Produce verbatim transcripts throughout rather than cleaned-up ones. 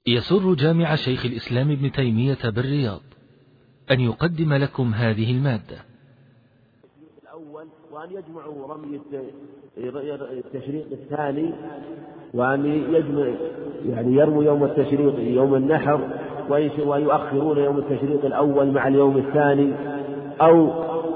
يسر جامع شيخ الإسلام ابن تيمية بالرياض أن يقدم لكم هذه المادة. الأول وأن يجمعوا رمي التشريق الثاني، وأن يجمع يعني يرموا يوم التشريق يوم النحر، ويؤخرون يوم التشريق الأول مع اليوم الثاني، أو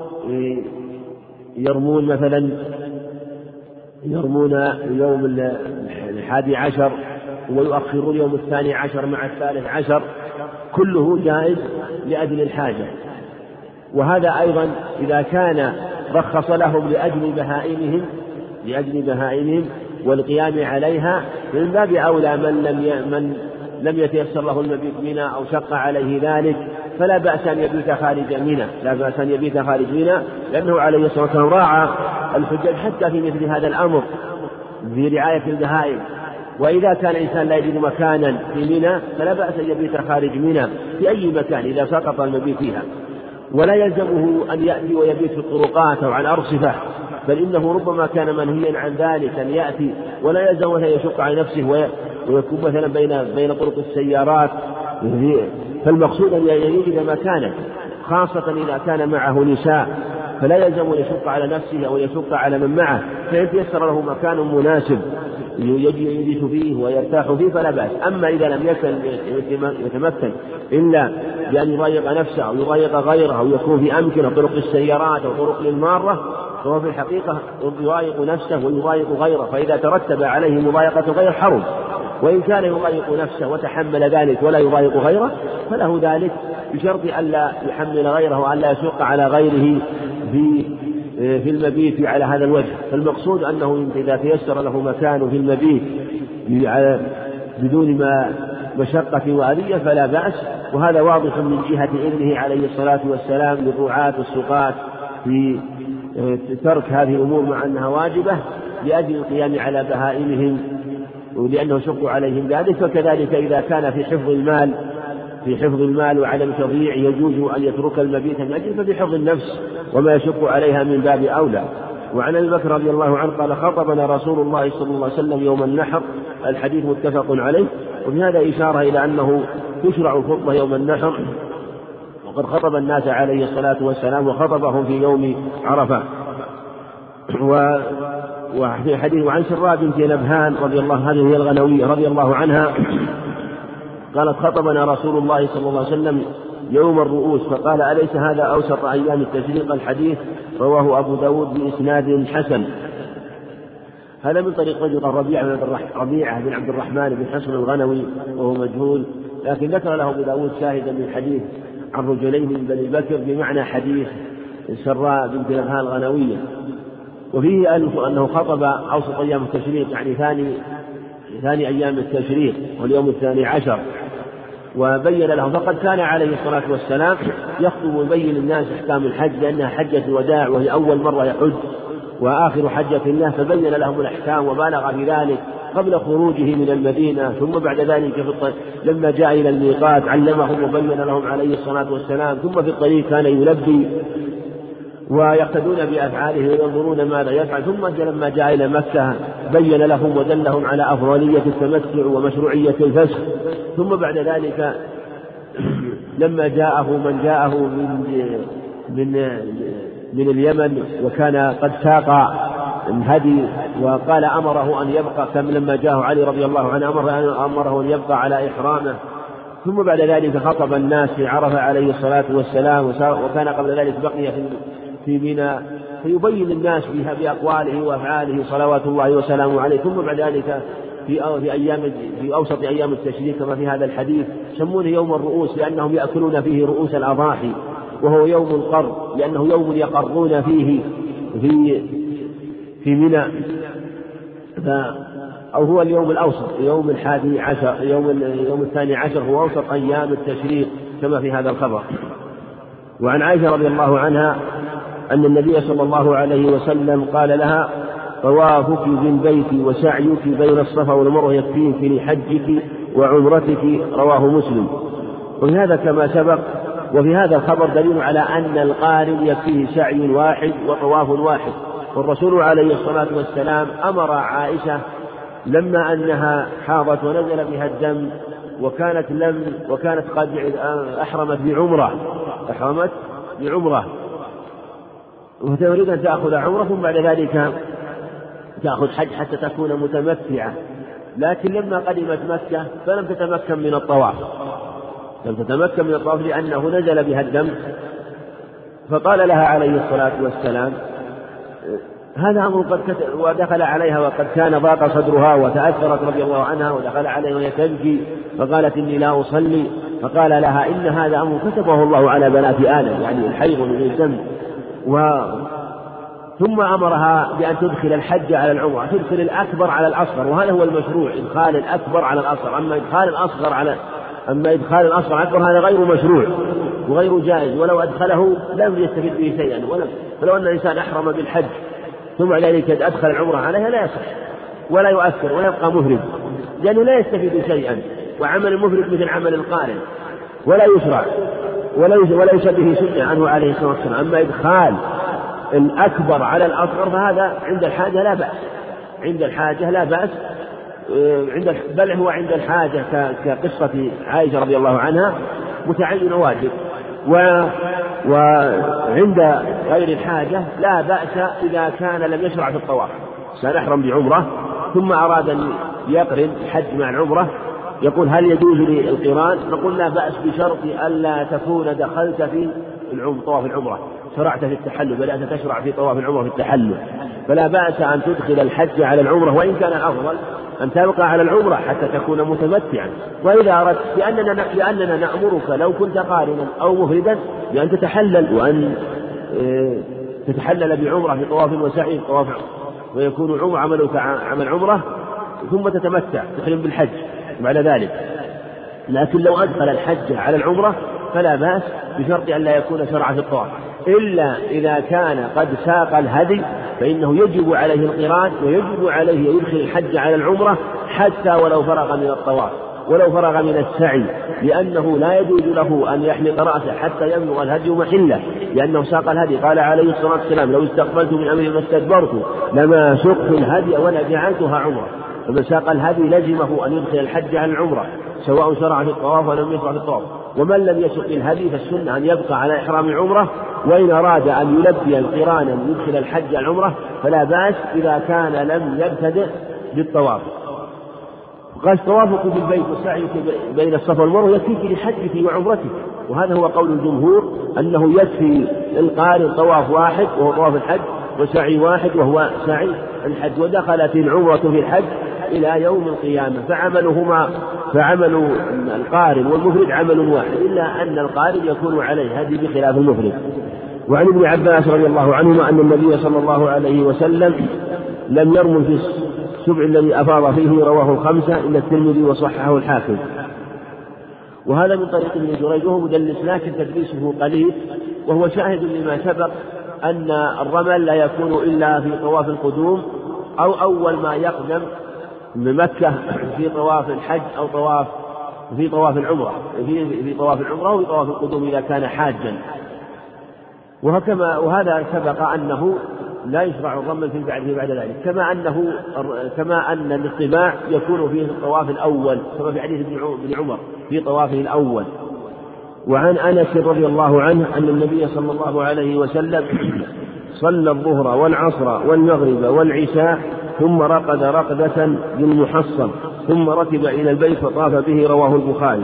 يرمون مثلا يرمون يوم الحادي عشر ويؤخرون يوم الثاني عشر مع الثالث عشر، كله جائز لأجل الحاجة. وهذا أيضا إذا كان رخص لهم لأجل بهائمهم لأجل بهائمهم والقيام عليها، من باب أولى من لم من لم يتيسر له المبيت منى أو شق عليه ذلك، فلا بأس أن يبيت خارج منى لا بأس أن يبيت خارج منى لأنه عليه الصلاة والسلام راعى الحجاج حتى في مثل هذا الأمر في رعاية البهائم. وإذا كان الإنسان لا يجد مكانا في منى فلا بأس أن يبيت خارج منى في أي مكان إذا سقط المبيت فيها، ولا يلزمه أن يأتي ويبيت في الطرقات أو على الأرصفة، بل إنه ربما كان منهيا عن ذلك أن يأتي، ولا يلزمه أن يشق على نفسه ويكون مثلا بين بين طرق السيارات. فالمقصود أن يجد مكانا، خاصة إذا كان معه نساء، فلا يلزم أن يشق على نفسه أو يشق على من معه، فإن تيسر له مكان مناسب يجلس فيه ويرتاح فيه فلا بأس. أما إذا لم يكن يتمكن إلا بأن يضايق نفسه أو يضايق غيره أو يكون في أمكنة طرق السيارات أو طرق المارة، فهو في الحقيقة يضايق نفسه ويضايق غيره، فإذا ترتب عليه مضايقة غير حرم. وإن كان يضايق نفسه وتحمل ذلك ولا يضايق غيره فله ذلك، بشرط ألا يحمل غيره وألا يشق على غيره في في المبيت على هذا الوجه. فالمقصود أنه إذا تيسر له مكان في المبيت بدون ما مشقة وأذية فلا بأس. وهذا واضح من جهة إذنه عليه الصلاة والسلام للرعاة والسقاة في ترك هذه الأمور مع أنها واجبة لأجل القيام على بهائمهم ولأنه يشق عليهم ذلك. فكذلك إذا كان في حفظ المال في حفظ المال وعدم تضييع يجوز أن يترك المبيت من أجل ففي حفظ النفس وما يشق عليها من باب أولى. وعن أبي بكر رضي الله عنه قال خطبنا رسول الله صلى الله عليه وسلم يوم النحر، الحديث متفق عليه. وفي هذا إشارة إلى أنه تشرع الخطبة يوم النحر، وقد خطب الناس عليه الصلاة والسلام وخطبهم في يوم عرفة. وفي حديث وعن سراء بنت نبهان رضي الله هذه هي الغنوية رضي الله عنها قالت خطبنا رسول الله صلى الله عليه وسلم يوم الرؤوس فقال أليس هذا أوسط أيام التشريق؟ الحديث رواه أبو داود بإسناد حسن. هذا من طريق رجل ربيعة بن عبد الرحمن بن حسن الغنوي وهو مجهول، لكن ذكر له أبو داود شاهدا من حديث عن رجلين من بني بكر بمعنى حديث سراء بنت نبهان الغنوية. وفيه أنه خطب أوسط أيام التشريق يعني ثاني ثاني أيام التشريق واليوم الثاني عشر، وبين لهم. فقد كان عليه الصلاة والسلام يخطب ويبين الناس أحكام الحج لأنها حجة الوداع وهي أول مرة يحج وآخر حجة الله، فبين لهم الأحكام وبالغ في ذلك قبل خروجه من المدينة. ثم بعد ذلك في الطريق لما جاء إلى الميقات علمهم وبين لهم عليه الصلاة والسلام. ثم في الطريق كان يلبي ويقتدون بأفعاله وينظرون ماذا يفعل. ثم لما جاء إلى مكة بين لهم ودلهم على أفضلية التمتع ومشروعية الفسخ. ثم بعد ذلك لما جاءه من جاءه من من من اليمن وكان قد ساق الهدي وقال أمره أن يبقى، كم لما جاءه علي رضي الله عنه أمره, أمره أن يبقى على إحرامه. ثم بعد ذلك خطب الناس في عرفة عليه الصلاة والسلام، وكان قبل ذلك بقي في منى فيبين الناس بها بأقواله وأفعاله صلوات الله وسلامه عليه. ثم بعد ذلك في في أيام في أوسط أيام التشريق كما في هذا الحديث سمونه يوم الرؤوس لأنهم يأكلون فيه رؤوس الأضاحي، وهو يوم القر لأنه يوم يقرون فيه في في منى، أو هو اليوم الأوسط يوم الحادي عشر يوم يوم الثاني عشر هو أوسط أيام التشريق كما في هذا الخبر. وعن عائشة رضي الله عنها أن النبي صلى الله عليه وسلم قال لها طوافك بالبيت وسعيك بين الصفا والمروة يكفيك لحجك وعمرتك، رواه مسلم. وفي هذا كما سبق. وفي هذا الخبر دليل على أن القارن يكفيه سعي واحد وطواف واحد. والرسول عليه الصلاة والسلام أمر عائشة لما أنها حاضت ونزل بها الدم وكانت لم وكانت قد أحرمت بعمرة أحرمت بعمرة وتريد أن تأخذ عمرة ثم بعد ذلك تأخذ حج حتى تكون متمتعة، لكن لما قدمت مكة فلم تتمكن من الطواف لم تتمكن من الطواف لأنه نزل بها الدم، فقال لها عليه الصلاة والسلام هذا أمر قد كت... ودخل عليها وقد كان ضاق صدرها وتأثرت رضي الله عنها، ودخل عليها وهي تبكي فقالت إني لا أصلي، فقال لها إن هذا أمر كتبه الله على بنات آدم، يعني الحيض من الدم. و... ثم أمرها بأن تدخل الحج على العمرة، تدخل الأكبر على الأصغر، وهذا هو المشروع، إدخال الأكبر على الأصغر. أما إدخال الأصغر على أما إدخال الأصغر على الأكبر هذا غير مشروع وغير جائز، ولو أدخله لم يستفد به شيئا. ولو أن الإنسان أحرم بالحج ثم بعد ذلك أدخل العمرة عليها لا يصح ولا يؤثر ولا يبقى مفرد، لأنه لا يستفيد شيئا، وعمل المفرد مثل عمل القارن ولا يشرع ولا يشبه سنة عنه عليه الصلاة والسلام. أما إدخال الأكبر على الأصغر فهذا عند الحاجة لا بأس عند الحاجة لا بأس عند بل هو عند الحاجة كقصة عائشة رضي الله عنها متعين واجب، و وعند غير الحاجة لا بأس إذا كان لم يشرع في الطواف، سنحرم بعمرة ثم أراد أن يقرن الحج مع العمرة، يقول هل يجوز لي القران؟ نقول لا بأس بشرط ألا تكون دخلت في طواف العمرة، شرعت في التحلل، بدأت تشرع في طواف العمرة في التحلل، فلا بأس أن تدخل الحج على العمرة، وإن كان الأفضل أن تبقى على العمرة حتى تكون متمتعا. وإذا أردت لأننا, لأننا نأمرك لو كنت قارنا أو مفردا بأن تتحلل وأن تتحلل بعمرة في طواف وسعي طواف، ويكون عمر عملك عمل عمرة ثم تتمتع تحرم بالحج بعد ذلك. لكن لو أدخل الحج على العمرة فلا بأس بشرط أن لا يكون شرعا في الطواف، إلا إذا كان قد ساق الهدي فإنه يجب عليه القران ويجب عليه يدخل الحج على العمرة حتى ولو فرغ من الطواف ولو فرغ من السعي، لأنه لا يجوز له أن يحلق رأسه حتى يبلغ الهدي محله، لأنه ساق الهدي. قال عليه الصلاة والسلام لو استقبلت من أمري ما استدبرت لما سقت الهدي ولا جعلتها عمرة. ومن ساق الهدي لزمه أن يدخل الحج على العمرة سواء شرع في الطواف ولم يشرع في الطواف. ومن لم يسق الهدي فالسنة أن يبقى على إحرام العمرة، وإن أراد أن يلبي القران يدخل الحج على العمرة فلا بأس إذا كان لم يبتدئ بالطواف. قال طوافك بالبيت وسعيك بين الصفا والمروة يكفيك لحجك وعمرتك، وهذا هو قول الجمهور أنه يكفي القارن طواف واحد وهو طواف الحج وسعي واحد وهو سعي الحج، ودخلت العمرة في الحج إلى يوم القيامة، فعملهما فعمل القارن والمفرد عمل واحد، إلا أن القارن يكون عليه هدي بخلاف المفرد. وعن ابن عباس رضي الله عنهما أن النبي صلى الله عليه وسلم لم يرمل في السبع الذي أفاض فيه، رواه الخمسة إلا الترمذي وصححه الحاكم. وهذا من طريق ابن جريج وهو مدلس لكن تدليسه قليل، وهو شاهد لما سبق أن الرمل لا يكون إلا في طواف القدوم أو أول ما يقدم من مكة في طواف الحج أو طواف في طواف العمرة في في طواف العمرة وفي طواف القدوم إذا كان حاجا. وهكما وهذا سبق أنه لا يشرع الرمل في بعد بعد ذلك، كما أنه كما أن الاطباع يكون فيه في الطواف الأول كما في حديث ابن عمر في طوافه الأول. وعن أنس رضي الله عنه أن النبي صلى الله عليه وسلم صلى الظهر والعصر والمغرب والعشاء ثم رقد رقدة بالمحصن ثم ركب إلى البيت فطاف به، رواه البخاري.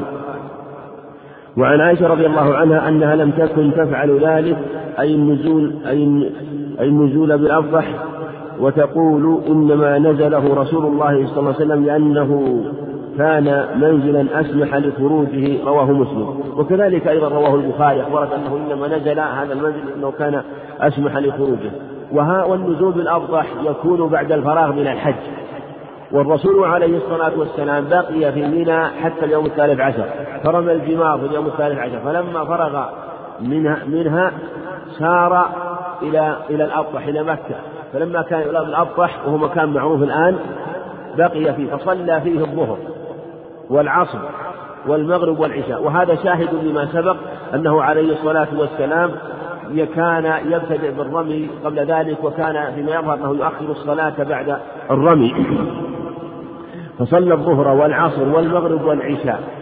وعن عائشة رضي الله عنها أنها لم تكن تفعل ذلك أي النزول أي النزول بالأفضح، وتقول إنما نزله رسول الله صلى الله عليه وسلم لأنه كان منزلا أسمح لخروجه، رواه مسلم. وكذلك أيضا رواه البخاري أخبرت أنه إنما نزل هذا المنزل أنه كان أسمح لخروجه. والنزول بالأفضح يكون بعد الفراغ من الحج، والرسول عليه الصلاة والسلام بقي في منى حتى اليوم الثالث عشر، فرمى الجمار في اليوم الثالث عشر، فلما فرغ منها, منها سار إلى إلى الأبطح إلى مكة، فلما كان إلى الأبطح وهو مكان معروف الآن بقي فيه فصلى فيه الظهر والعصر والمغرب والعشاء. وهذا شاهد لما سبق أنه عليه الصلاة والسلام كان يبتدئ بالرمي قبل ذلك، وكان فيما يظهر أنه يؤخر الصلاة بعد الرمي، فصلى الظهر والعصر والمغرب والعشاء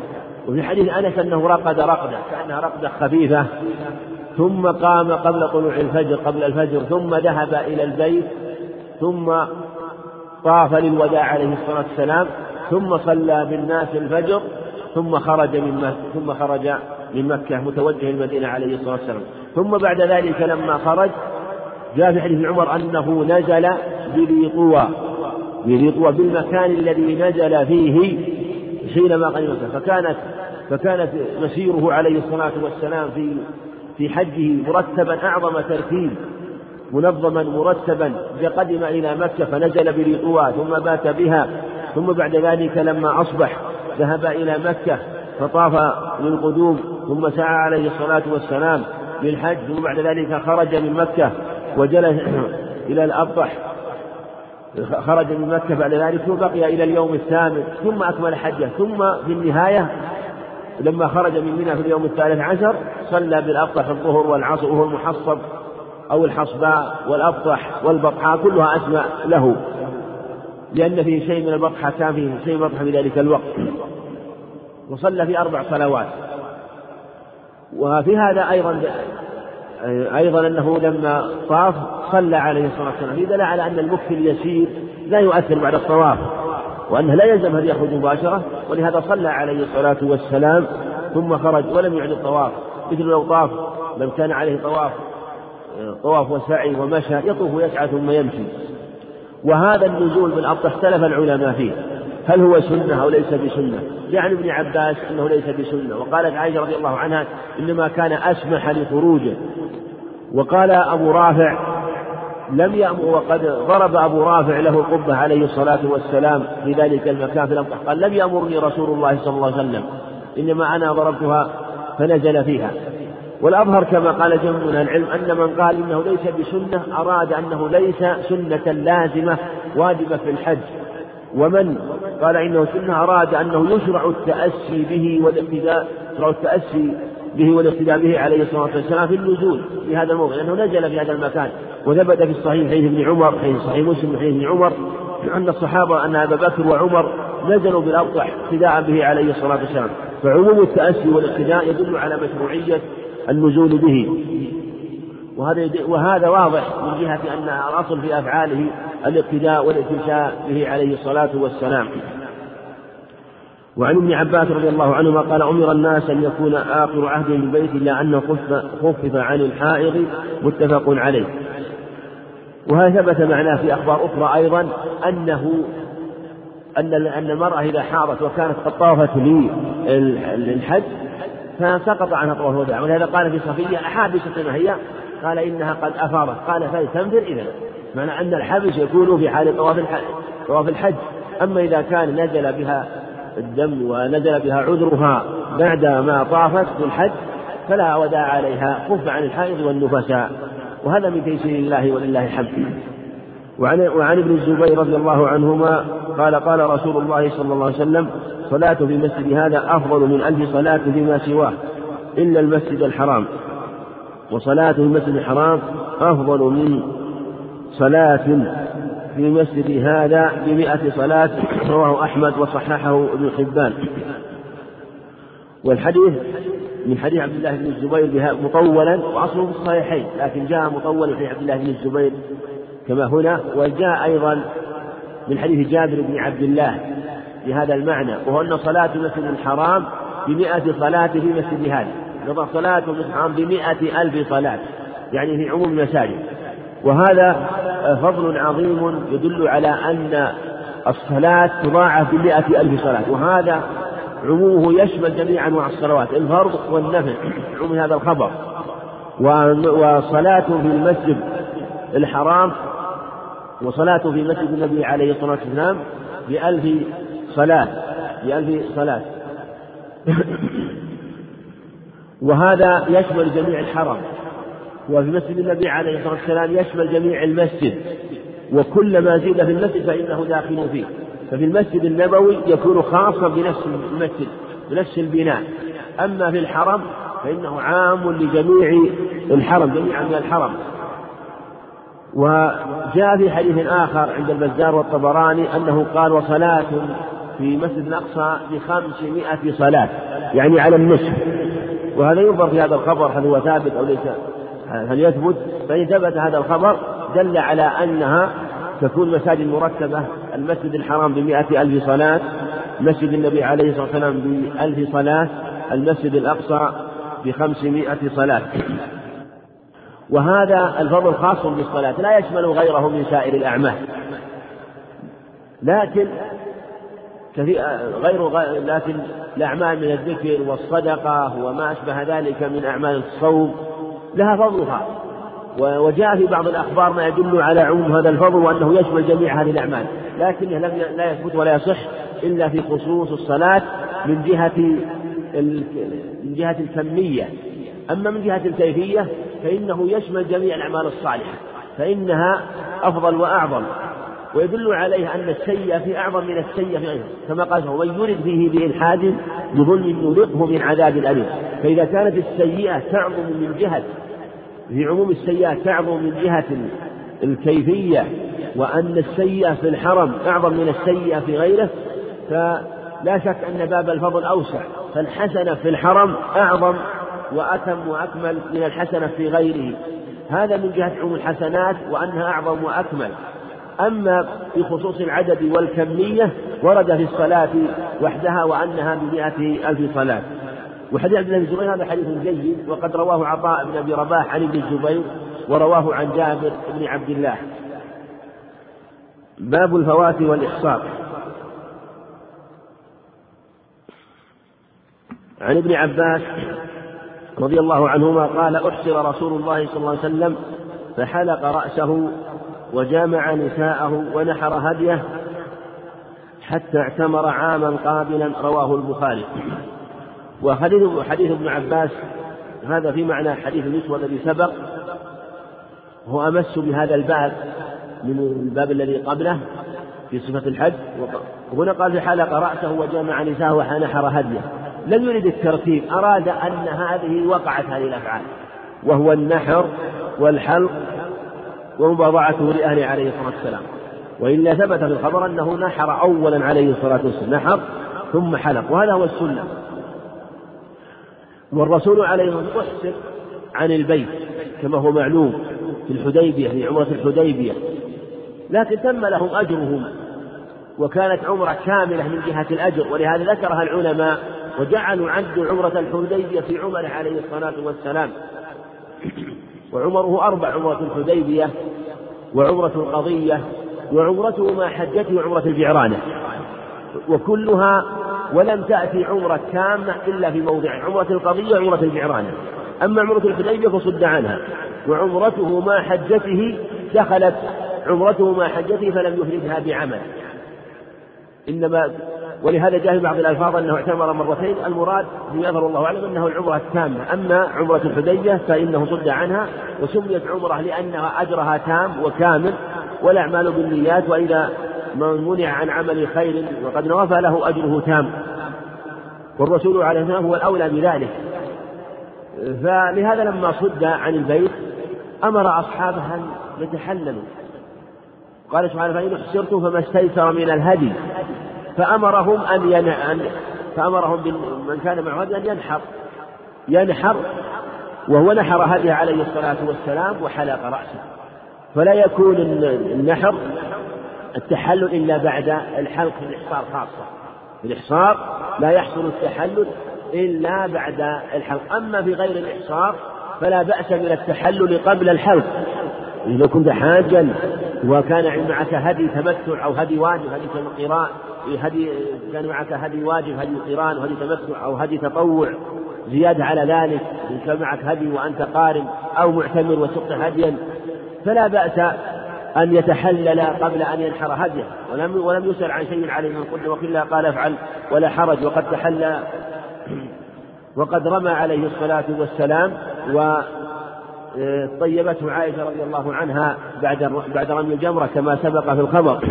وفي حديث أنس أنه رقد رقدة كأنها رقدة خفيفة، ثم قام قبل طلوع الفجر قبل الفجر ثم ذهب إلى البيت ثم طاف للوداع عليه الصلاة والسلام ثم صلى بالناس الفجر ثم خرج من مكة ثم خرج من مكة متوجه المدينة عليه الصلاة والسلام. ثم بعد ذلك لما خرج جاء في حديث عمر أنه نزل بذي طوى بذي طوى بالمكان الذي نزل فيه حينما قدم مكة، فكانت فكانت مسيره عليه الصلاة والسلام في في حجه مرتبا أعظم ترتيب منظما مرتبا. قدم إلى مكة فنزل بذي طوى ثم بات بها، ثم بعد ذلك لما أصبح ذهب إلى مكة فطاف للقدوم ثم سعى عليه الصلاة والسلام بالحج، ثم بعد ذلك خرج من مكة وجلس إلى الأبطح، خرج من مكة بعد ذلك وبقي إلى اليوم الثامن ثم أكمل حجه، ثم في النهاية لما خرج من منى في اليوم الثالث عشر صلى بالأبطح الظهر والعصر، وهو المحصب أو الحصباء والأبطح والبطحاء كلها أسماء له، لأن فيه شيء من البطحاء كان فيه شيء من البطحاء في ذلك الوقت، وصلى في أربع صلوات. وفي هذا أيضا أيضا أنه لما طاف صلى عليه الصلاة والسلام، في دلالة على أن المكث اليسير لا يؤثر بعد الطواف، وأنه لا يلزم أن يخرج مباشرة، ولهذا صلى عليه الصلاة والسلام ثم خرج ولم يعد الطواف، مثل لو طاف لو كان عليه طواف طواف وسعي ومشى يطوف ويسعى ثم يمشي. وهذا النزول بالأبطح اختلف العلماء فيه هل هو سنة أو ليس بسنة. يعني ابن عباس أنه ليس بسنة، وقالت عائشة رضي الله عنها إنما كان أسمح لخروجه. وقال أبو رافع لم يأمر، وقد ضرب أبو رافع له القبة عليه الصلاة والسلام في ذلك المكان في الأبطح، قال لم يأمرني رسول الله صلى الله عليه وسلم إنما أنا ضربتها فنزل فيها. والأظهر كما قال جمع من العلم أن من قال إنه ليس بسنة أراد أنه ليس سنة لازمة واجبة في الحج، ومن قال إنه سنة أراد أنه يشرع التأسي به والاقتداء يشرع التأسي به والاقتداء به عليه الصلاة والسلام في النزول في هذا الموضع، لأنه نزل في هذا المكان. وثبت في الصحيح حديث ابن عمر حديث صحيح مسلم حديث ابن عمر أن الصحابة أن أبا بكر وعمر نزلوا بالأبطح اقتداء به عليه الصلاة والسلام. فعموم التأسي والاقتداء يدل على مشروعية النزول به، وهذا وهذا واضح من جهة أن الأصل في أفعاله الاقتداء والاتساء به عليه الصلاة والسلام. وعن ابن عباس رضي الله عنهما قال أمر الناس أن يكون آخر عهدهم بالبيت إلا أنه خفف عن الحائض، متفق عليه. وهذا ثبت معناه في أخبار أخرى أيضا أنه أن أن المرأة إذا حاضت وكانت قد طافت للحج فسقط عنها طواف الوداع، ولهذا قال في صفية أحابسة ما هي؟ قال إنها قد أفاضت، قال فلتنفر إذن، معنى أن الحبس يكون في حال طواف الحج, طواف الحج. أما إذا كان نزل بها الدم ونزل بها عذرها بعد ما طافت بالحج فلا وداع عليها، خف عن الحائض والنفساء، وهذا من تيسير الله ولله الحمد. وعن, وعن ابن الزبير رضي الله عنهما قال قال رسول الله صلى الله عليه وسلم صلاة في المسجد هذا أفضل من ألف صلاة فيما سواه إلا المسجد الحرام، وصلاة في المسجد الحرام أفضل من صلاة في مسجد هذا بمئة صلاة، رواه أحمد وصححه ابن حبان. والحديث من حديث عبد الله بن الزبير مطولا وأصله في الصحيحين، لكن جاء مطول في عبد الله بن الزبير كما هنا، وجاء أيضا من حديث جابر بن عبد الله بهذا المعنى، وهو أن صلاة المسجد الحرام بمئة صلاة في مسجد هذا، نظر صلاة المسجد الحرام بمئة ألف صلاة، يعني في عموم المساجد. وهذا فضل عظيم يدل على أن الصلاة تضاعف بمئة ألف صلاة، وهذا عمومه يشمل جميع أنواع الصلوات الفرض والنفل، عموم هذا الخبر. وصلاة في المسجد الحرام وصلاة في مسجد النبي عليه الصلاة والسلام بألف صلاة بألف صلاة وهذا يشمل جميع الحرم، وفي مسجد النبي عليه الصلاة والسلام يشمل جميع المسجد، وكل ما زيد في المسجد فإنه داخل فيه. ففي المسجد النبوي يكون خاصا بنفس المسجد بنفس البناء، أما في الحرم فإنه عام لجميع الحرم جميعا من الحرم. وجاء في حديث آخر عند البزار والطبراني أنه قال وصلاة في مسجد الأقصى بخمسمائة صلاة، يعني على النصف. وهذا ينظر في هذا الخبر هل هو ثابت أو ليس، هل يثبت. فإن ثبت هذا الخبر دل على أنها تكون مساجد مرتبة، المسجد الحرام بمائة ألف صلاة، مسجد النبي عليه الصلاة والسلام بألف صلاة، المسجد الأقصى بخمسمائة صلاة. وهذا الفضل خاص بالصلاة لا يشمل غيره من سائر الأعمال، لكن غير لكن الأعمال من الذكر والصدقة وما أشبه ذلك من أعمال الصوم لها فضلها. وجاء في بعض الأخبار ما يدل على عموم هذا الفضل وأنه يشمل جميع هذه الأعمال، لكنه لم لا يثبت ولا يصح إلا في خصوص الصلاة من جهة من جهة الكمية. أما من جهة الكيفية فإنه يشمل جميع الأعمال الصالحة، فإنها أفضل وأعظم، ويدل عليه أن السيئة في أعظم من السيئة في غيره، كما قال ومن يرد به بإلحاد بظلم نذقه من عذاب أليم. فإذا كانت السيئة تعظم من جهة في عموم السيئة تعظم من جهة الكيفية، وأن السيئة في الحرم أعظم من السيئة في غيره، فلا شك أن باب الفضل أوسع، فالحسنة في الحرم أعظم وأتم وأكمل من الحسنة في غيره. هذا من جهة عموم الحسنات وأنها أعظم وأكمل. أما في خصوص العدد والكمية ورد في الصلاة وحدها وأنها بمئة ألف صلاة. وحديث عبد الله بن الزبير هذا حديث جيد، وقد رواه عطاء بن أبي رباح عن ابن الزبير ورواه عن جابر بن عبد الله. باب الفوات والإحصار. عن ابن عباس رضي الله عنهما قال أحصر رسول الله صلى الله عليه وسلم فحلق رأسه وجامع نساءه ونحر هديه حتى اعتمر عاما قابلا، رواه البخاري. وحديث حديث ابن عباس هذا في معنى حديث النسوة الذي سبق، هو أمس بهذا الباب من الباب الذي قبله في صفة الحج. وهنا قال في حلق رأسه وجامع نساءه ونحر هديه، لم يرد الترتيب، أراد أن هذه وقعت هذه الأفعال، وهو النحر والحلق ومباضعته لأهله عليه الصلاة والسلام. وإلا ثبت في الخبر أنه نحر أولا عليه الصلاة والسلام، نحر ثم حلق، وهذا هو السنة. والرسول عليه الصلاة والسلام أحسر عن البيت كما هو معلوم في الحديبية، في عمرة الحديبية، لكن تم لهم أجرهم وكانت عمرة كاملة من جهة الأجر، ولهذا ذكرها العلماء وجعلوا عدوا عمرة الحديبية في عمره عليه الصلاة والسلام. وعمره أربع: عمرة الحديبية وعمرة القضية وعمرته مع حجته وعمرة الجعرانة، وكلها ولم تأتي عمرة تامة إلا في موضع عمرة القضية وعمرة الجعرانة. أما عمرة الحديبية فصد عنها، وعمرته مع حجته دخلت عمرته مع حجته فلم يفردها بعمل، إنما ولهذا جاء في بعض الألفاظ أنه اعتمر مرتين، المراد يظهر الله أعلم أنه العمرة التامة. أما عمرة الحديبية فإنه صد عنها وسميت عمرة لأنها أجرها تام وكامل، والأعمال بالنيات، وإذا من منع عن عمل خير وقد نوى فله أجره تام، والرسول عليه الصلاة والسلام هو الأولى بذلك. فلهذا لما صد عن البيت أمر أصحابه أن يتحللوا، قال سبحانه فإن احصرتم فما استيسر من الهدي، فأمرهم أن ين... فأمرهم من كان معه هدي أن ينحر ينحر وهو نحر هديه عليه الصلاة والسلام وحلق رأسه. فلا يكون النحر التحلل إلا بعد الحلق في الإحصار خاصة، في الإحصار لا يحصل التحلل إلا بعد الحلق. أما في غير الإحصار فلا بأس من التحلل قبل الحلق، إذا كنت حاجا وكان معك هدي تمتع أو هدي واجب، هدي قران، هدي كان معك هدي واجب، هدي قران وهدي تمتع أو هدي تطوع زيادة على ذلك، إن كان معك هدي وأنت قارن أو معتمر وسقط هديا، فلا بأس أن يتحلل قبل أن ينحر هديه، ولم ولم يسأل عن شيء عليه من قدر وكلا قال افعل ولا حرج، وقد تحلى وقد رمى عليه الصلاة والسلام وطيبته عائشة رضي الله عنها بعد بعد رمي الجمرة كما سبق في الخبر.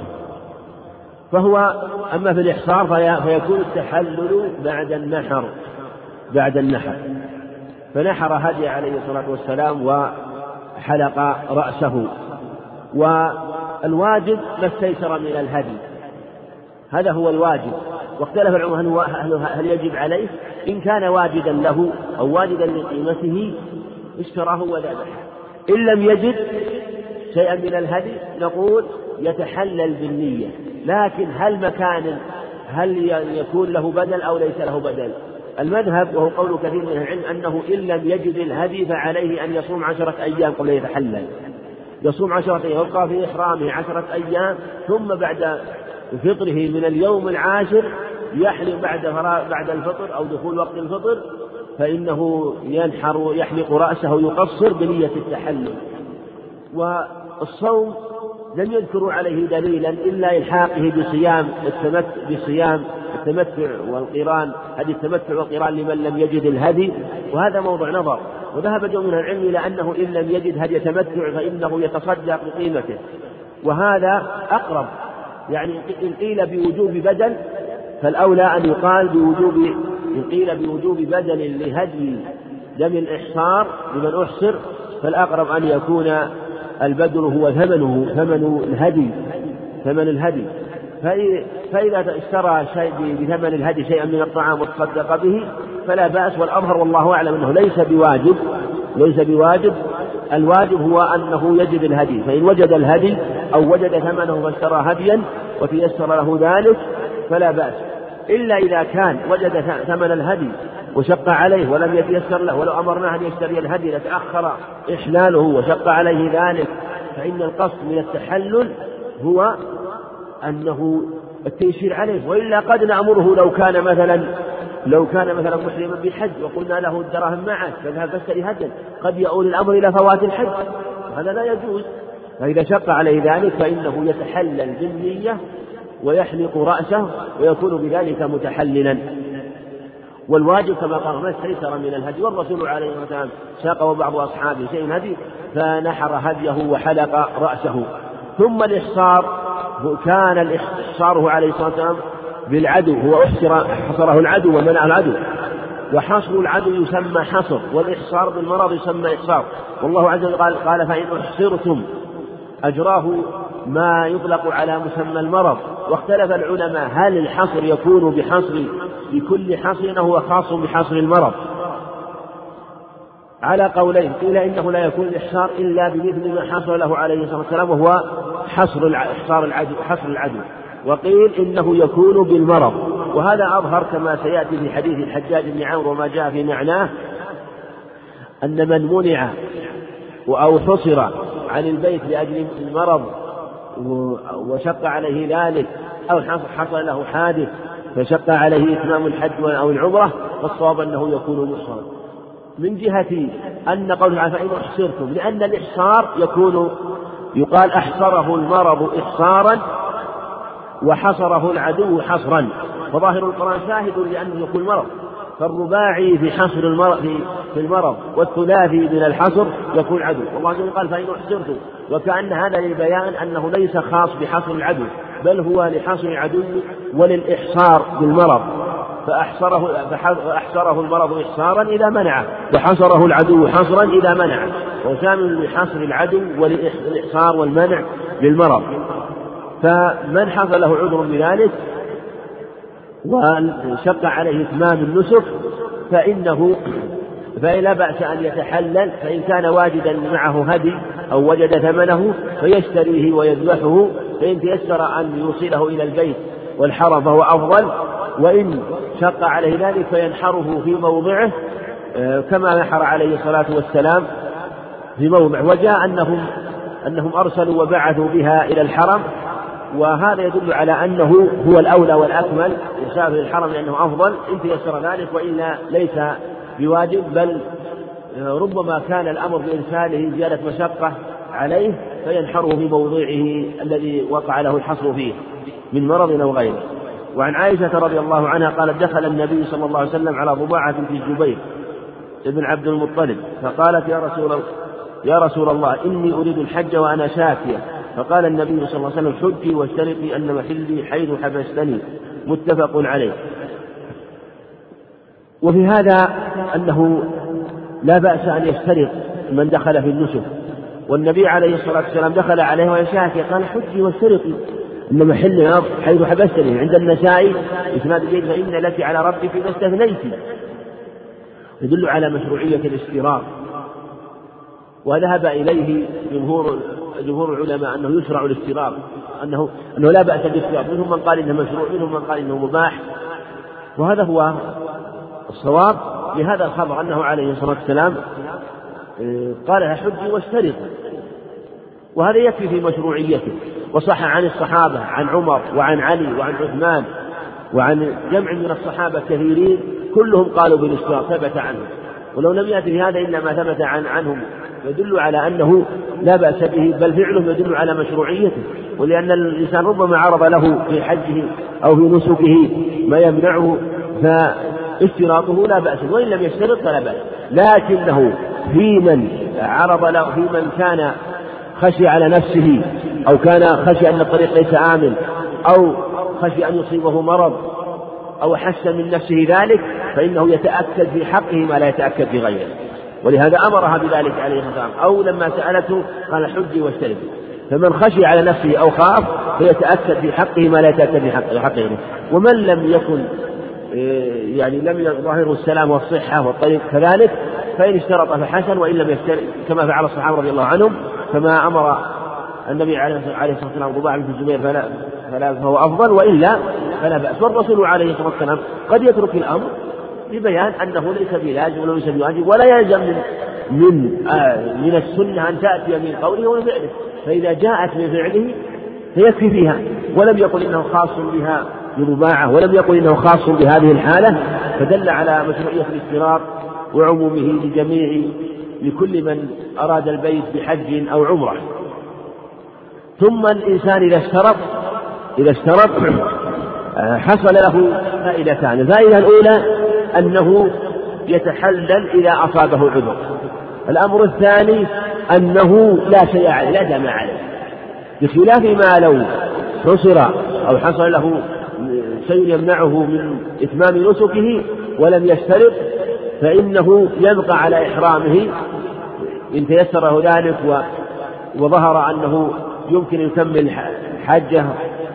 فهو أما في الإحصار فيكون التحلل بعد النحر بعد النحر فنحر هدي عليه الصلاة والسلام وحلق رأسه. والواجب ما استيسر من الهدي، هذا هو الواجب. واختلف العلماء هل يجب عليه. إن كان واجدا له أو واجدا لقيمته اشتراه وذبحه. إن لم يجد شيئا من الهدي نقول يتحلل بالنية. لكن هل مكان هل يكون له بدل أو ليس له بدل؟ المذهب وهو قول كثير من العلم أنه إن لم يجد الهدي فعليه أن يصوم عشرة أيام قبل يتحلل. يصوم عشرة أيام يبقى في إحرامه عشرة أيام، ثم بعد فطره من اليوم العاشر يحلق بعد بعد الفطر أو دخول وقت الفطر، فإنه ينحر يحلق رأسه يقصر بنية التحلل. والصوم لم يذكروا عليه دليلا إلا إلحاقه بصيام التمتع بصيام التمتع والقران، هدي التمتع والقران لمن لم يجد الهدي، وهذا موضع نظر. وذهب جمع من العلم إلى أنه إن لم يجد هدي تمتع فإنه يتصدق بقيمته، وهذا أقرب. يعني إن قيل بوجوب بدل فالأولى أن يقال بوجوب إن قيل بوجوب بدل لهدي دم الإحصار لمن أحصر فالأقرب أن يكون البدل هو ثمنه ثمن الهدي ثمن الهدي فإذا اشترى شيء بثمن الهدي شيئا من الطعام وتصدق به فلا بأس. والأظهر والله أعلم أنه ليس بواجب ليس بواجب الواجب هو أنه يجب الهدي. فإن وجد الهدي أو وجد ثمنه فاشترى هديا وتيسر له ذلك فلا بأس. إلا إذا كان وجد ثمن الهدي وشق عليه ولم يتيسر له، ولو أمرناه أن يشتري الهدي لتأخر إحلاله وشق عليه ذلك، فإن القصد من التحلل هو أنه التيسير عليه. وإلا قد نأمره لو كان مثلا لو كان مثلا محرما بالحج وقلنا له الدراهم معك فاذهب فاشتري هديا، قد يؤول الأمر إلى فوات الحج، هذا لا يجوز. فإذا شق عليه ذلك فإنه يتحلل بالنية ويحلق رأسه ويكون بذلك متحللا. والواجب كما قال ما استيسر من الهدي، والرسول عليه الصلاة والسلام ساق وبعض أصحابه شيء هدي فنحر هديه وحلق رأسه. ثم الإحصار، كان الإحصاره عليه الصلاة والسلام بالعدو، هو أحصر حصره العدو ومنع العدو، وحصر العدو يسمى حصر، والإحصار بالمرض يسمى إحصار. والله عز وجل قال, قال فإن أحصرتم أجراه ما يطلق على مسمى المرض. واختلف العلماء هل الحصر يكون بحصر بكل حصر أو هو خاص بحصر المرض على قولين. قيل إنه لا يكون الإحصار إلا بمثل ما حصل له عليه الصلاة والسلام وهو حصر إحصار العدو حصر العدو، وقيل إنه يكون بالمرض. وهذا أظهر كما سيأتي في حديث الحجاج بن عمرو وما جاء في معناه أن من منع أو حصر عن البيت لأجل المرض وشق عليه ذلك أو حصل له حادث فشق عليه إتمام الحج أو العمرة فالصواب أنه يكون محصرا. من جهة أن قوله فإن أحصرتم، لأن الإحصار يكون يقال أحصره المرض إحصارا وحصره العدو حصرا، فظاهر القرآن شاهد لأنه يكون مرض. فالرباعي في حصر المرض في المرض والثلاثي من الحصر يكون عدو. والله عز وجل قال فإن أحصرتم، وكأن هذا للبيان أنه ليس خاص بحصر العدو بل هو لحصر العدو وللإحصار بالمرض. فأحصره, فأحصره المرض إحصارا إذا منعه، وحصره العدو حصرا إذا منعه، وشامل لحصر العدو والإحصار والمنع للمرض. فمن حصل له عذر بذلك وشق عليه إتمام النسك فإنه فلا بأس أن يتحلل. فإن كان واجدا معه هدي أو وجد ثمنه فيشتريه ويذبحه، فإن تيسر أن يوصله إلى البيت والحرم فهو أفضل، وإن شق عليه ذلك فينحره في موضعه كما نحر عليه الصلاة والسلام في موضع. وجاء أنهم أنهم أرسلوا وبعثوا بها إلى الحرم، وهذا يدل على أنه هو الأولى والأكمل إرساله إلى الحرم لأنه أفضل إن تيسر ذلك، وإلا ليس بواجب، بل ربما كان الأمر بإرساله زيادة مشقة عليه فينحره في موضعه الذي وقع له الحصر فيه من مرض أو غيره. وعن عائشة رضي الله عنها قالت دخل النبي صلى الله عليه وسلم على ضباعة في الزبير ابن عبد المطلب فقالت يا رسول يا رسول الله إني أريد الحج وأنا شاكية، فقال النبي صلى الله عليه وسلم حجي واشترطي أن محلي حيث حبستني، متفق عليه. وفي هذا أنه لا بأس أن يشترط من دخل في النسك، والنبي عليه الصلاة والسلام دخل عليه وهي شاكية قال حجي واشترطي، إن محل نظر حيث حبستني. عند النسائي إسناد جيد فإن لك على ربك إذا استثنيت، يدل على مشروعية الاشتراط. وذهب إليه جمهور جمهور العلماء أنه يشرع الاشتراط، أنه أنه لا بأس بالاشتراط، منهم من قال إنه مشروع، منهم من قال إنه مباح، وهذا هو الصواب لهذا الخبر أنه عليه الصلاة والسلام قال حجي واشترط، وهذا يكفي في مشروعيته. وصح عن الصحابة عن عمر وعن علي وعن عثمان وعن جمع من الصحابة كثيرين كلهم قالوا بالاشتراط ثبت عنهم، ولو لم يأتي في هذا إلا ما ثبت عن عنهم يدل على أنه لا بأس به، بل فعله يدل على مشروعيته. ولأن الإنسان ربما عرض له في حجه أو في نسكه ما يمنعه فاشتراطه لا بأس، وإن لم يشترط فلا بأس. لكنه في من عرض له، في من كان خشي على نفسه أو كان خشي أن الطريق ليس آمن أو خشي أن يصيبه مرض أو حس من نفسه ذلك، فإنه يتأكد في حقه ما لا يتأكد في غيره، ولهذا أمرها بذلك عليه الصلاة والسلام. أو لما سألته قال حجي واشترط. فمن خشي على نفسه أو خاف فيتأكد في حقه ما لا يتأكد في حق غيره. ومن لم يكن يعني لم يظهره السلام والصحة والطريق كذلك فإن اشترط فحسن، وإن لم يشترط كما فعل الصحابة رضي الله عنهم، فما أمر النبي عليه الصلاة والسلام رباعة بن الزبير فلا, فلا فهو أفضل، وإلا فلا بأس. والرسول عليه الصلاة والسلام قد يترك الأمر ببيان أنه ليس بلازم ولا ليس بواجب، ولا يلزم من من, آه من السنة أن تأتي من قوله ومن فعله، فإذا جاءت من فعله فيكفي فيها، ولم يقل إنه خاص بها برباعة، ولم يقل إنه خاص بهذه الحالة، فدل على مشروعية الاشتراط وعمومه لجميع لكل من أراد البيت بحج أو عمرة. ثم الإنسان إذا اشترط إذا اشترط حصل له فائدتان. الفائدة الأولى أنه يتحلل إذا أصابه عذر. الأمر الثاني أنه لا شيء عليه، لا دم عليه، بخلاف ما لو حصر أو حصل له شيء يمنعه من إتمام نسكه ولم يشترط، فإنه يبقى على إحرامه إن تيسره ذلك وظهر أنه يمكن يكمل حجه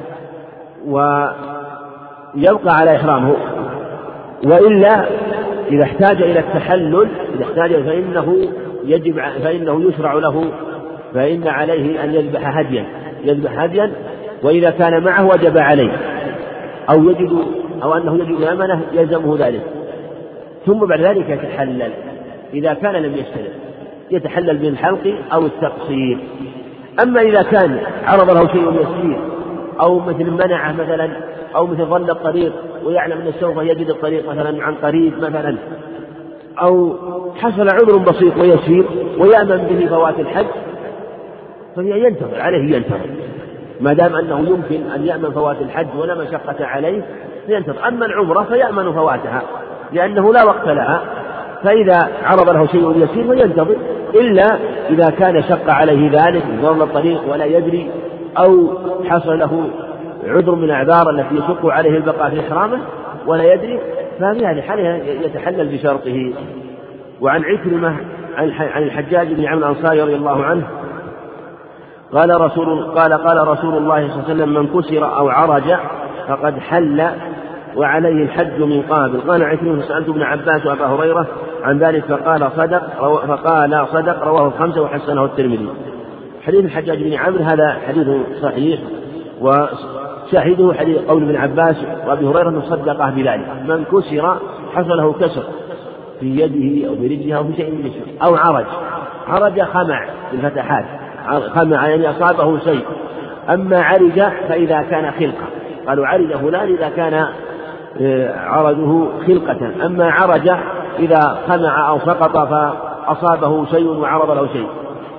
ويبقى على إحرامه. وإلا إذا احتاج إلى التحلل إذا احتاج فإنه يجب فإنه يشرع له فإن عليه أن يذبح هديا يذبح هديا وإذا كان معه وجب عليه أو يجد أو أنه يجد أمنه يلزمه ذلك. ثم بعد ذلك يتحلل إذا كان لم يشترط، يتحلل بالحلق أو التقصير. أما إذا كان عرض له شيء يسير أو مثل منعه مثلا أو مثل ظل الطريق ويعلم أن سوف يجد الطريق مثلا عن قريب مثلا، أو حصل عذر بسيط ويسير ويأمن به فوات الحج، فهي ينتظر عليه ينتظر ما دام أنه يمكن أن يأمن فوات الحج ولا مشقة عليه ينتظر. أما العمرة فيأمن فواتها لأنه لا وقت لها، فإذا عرض له شيء يسير فينتظر، إلا إذا كان شق عليه ذلك ظل الطريق ولا يدري أو حصل له عذر من الأعذار التي يشق عليه البقاء في إحرامه ولا يدري، ففي هذه الحالة يتحلل بشرطه. وعن عكرمة عن الحجاج بن عمرو الأنصاري رضي الله عنه قال رسول قال قال رسول الله صلى الله عليه وسلم من كسر أو عرج فقد حل وعليه الحج من قابل. قال عكرمة سألت ابن عباس وأبا هريرة عن ذلك فقال صدق فقال صدق رواه الخمسة وحسنه الترمذي. حديث الحجاج بن عمرو هذا حديث صحيح، وشاهده حديث قول ابن عباس وأبي هريرة مصدقه بذلك. من كسر حصل له كسر في يده أو برجلها أو في شيء من جسمه، أو عرج عرج خمع بالفتحات خمع يعني أصابه شيء. أما عرج فإذا كان خلقة، قالوا عرج فلان إذا كان عرجه خلقة. أما عرج إذا خمع أو سقط فأصابه شيء وعرض له شيء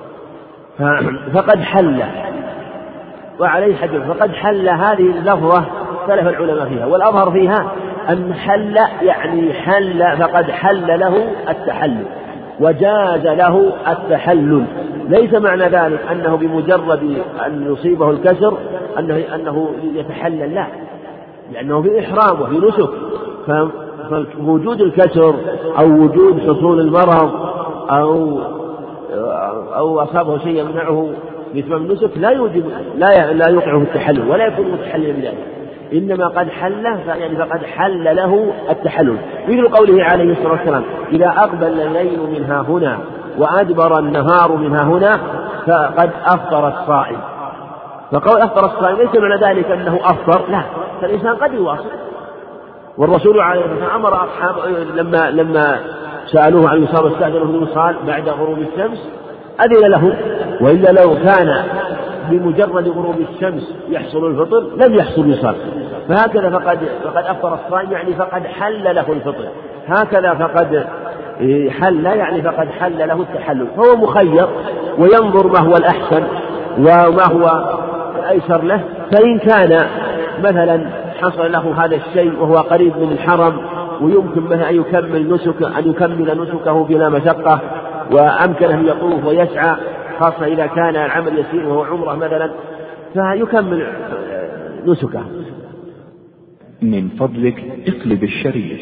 فقد حل وعليه حج. فقد حل هذه اللفظة اختلف العلماء فيها، والأظهر فيها أن حل يعني حل فقد حل له التحلل وجاز له التحلل. ليس معنى ذلك أنه بمجرد أن يصيبه الكسر أنه, أنه يتحلل، لا، لأنه في إحرام وفي نسك، فوجود الكسر أو وجود حصول المرض أو أو أصابه شيء يمنعه بإتمام النسك لا يوجب لا لا يوقعه التحلل ولا يكون متحللا بذلك، إنما قد حل يعني فقد حل له التحلل، مثل قوله عليه الصلاة والسلام: إذا أقبل الليل من ها هنا وأدبر النهار من ها هنا فقد أفطر الصائم. فقول أفطر الصائم ليس معنى ذلك أنه أفطر، لا، فالإنسان قد يواصل. والرسول عليه الصلاة والسلام أمر أصحابه لما لما سألوه عن يصاب استأذنه بالوصال بعد غروب الشمس أذن له، وإلا لو كان بمجرد غروب الشمس يحصل الفطر لم يحصل وصال. فهكذا فقد فقد أفطر الصائم يعني فقد حل له الفطر، هكذا فقد حل يعني فقد حل له التحلل. فهو مخير وينظر ما هو الأحسن وما هو الأيسر له. فإن كان مثلا حصل له هذا الشيء وهو قريب من الحرم ويمكن به أن يكمل نسك أن يكمل نسكه بلا مشقة وأمكنه أن يطوف ويسعى، خاصة إذا كان العمل يسير وهو عمره مثلا، فيكمل نسكه. من فضلك اقلب الشريط.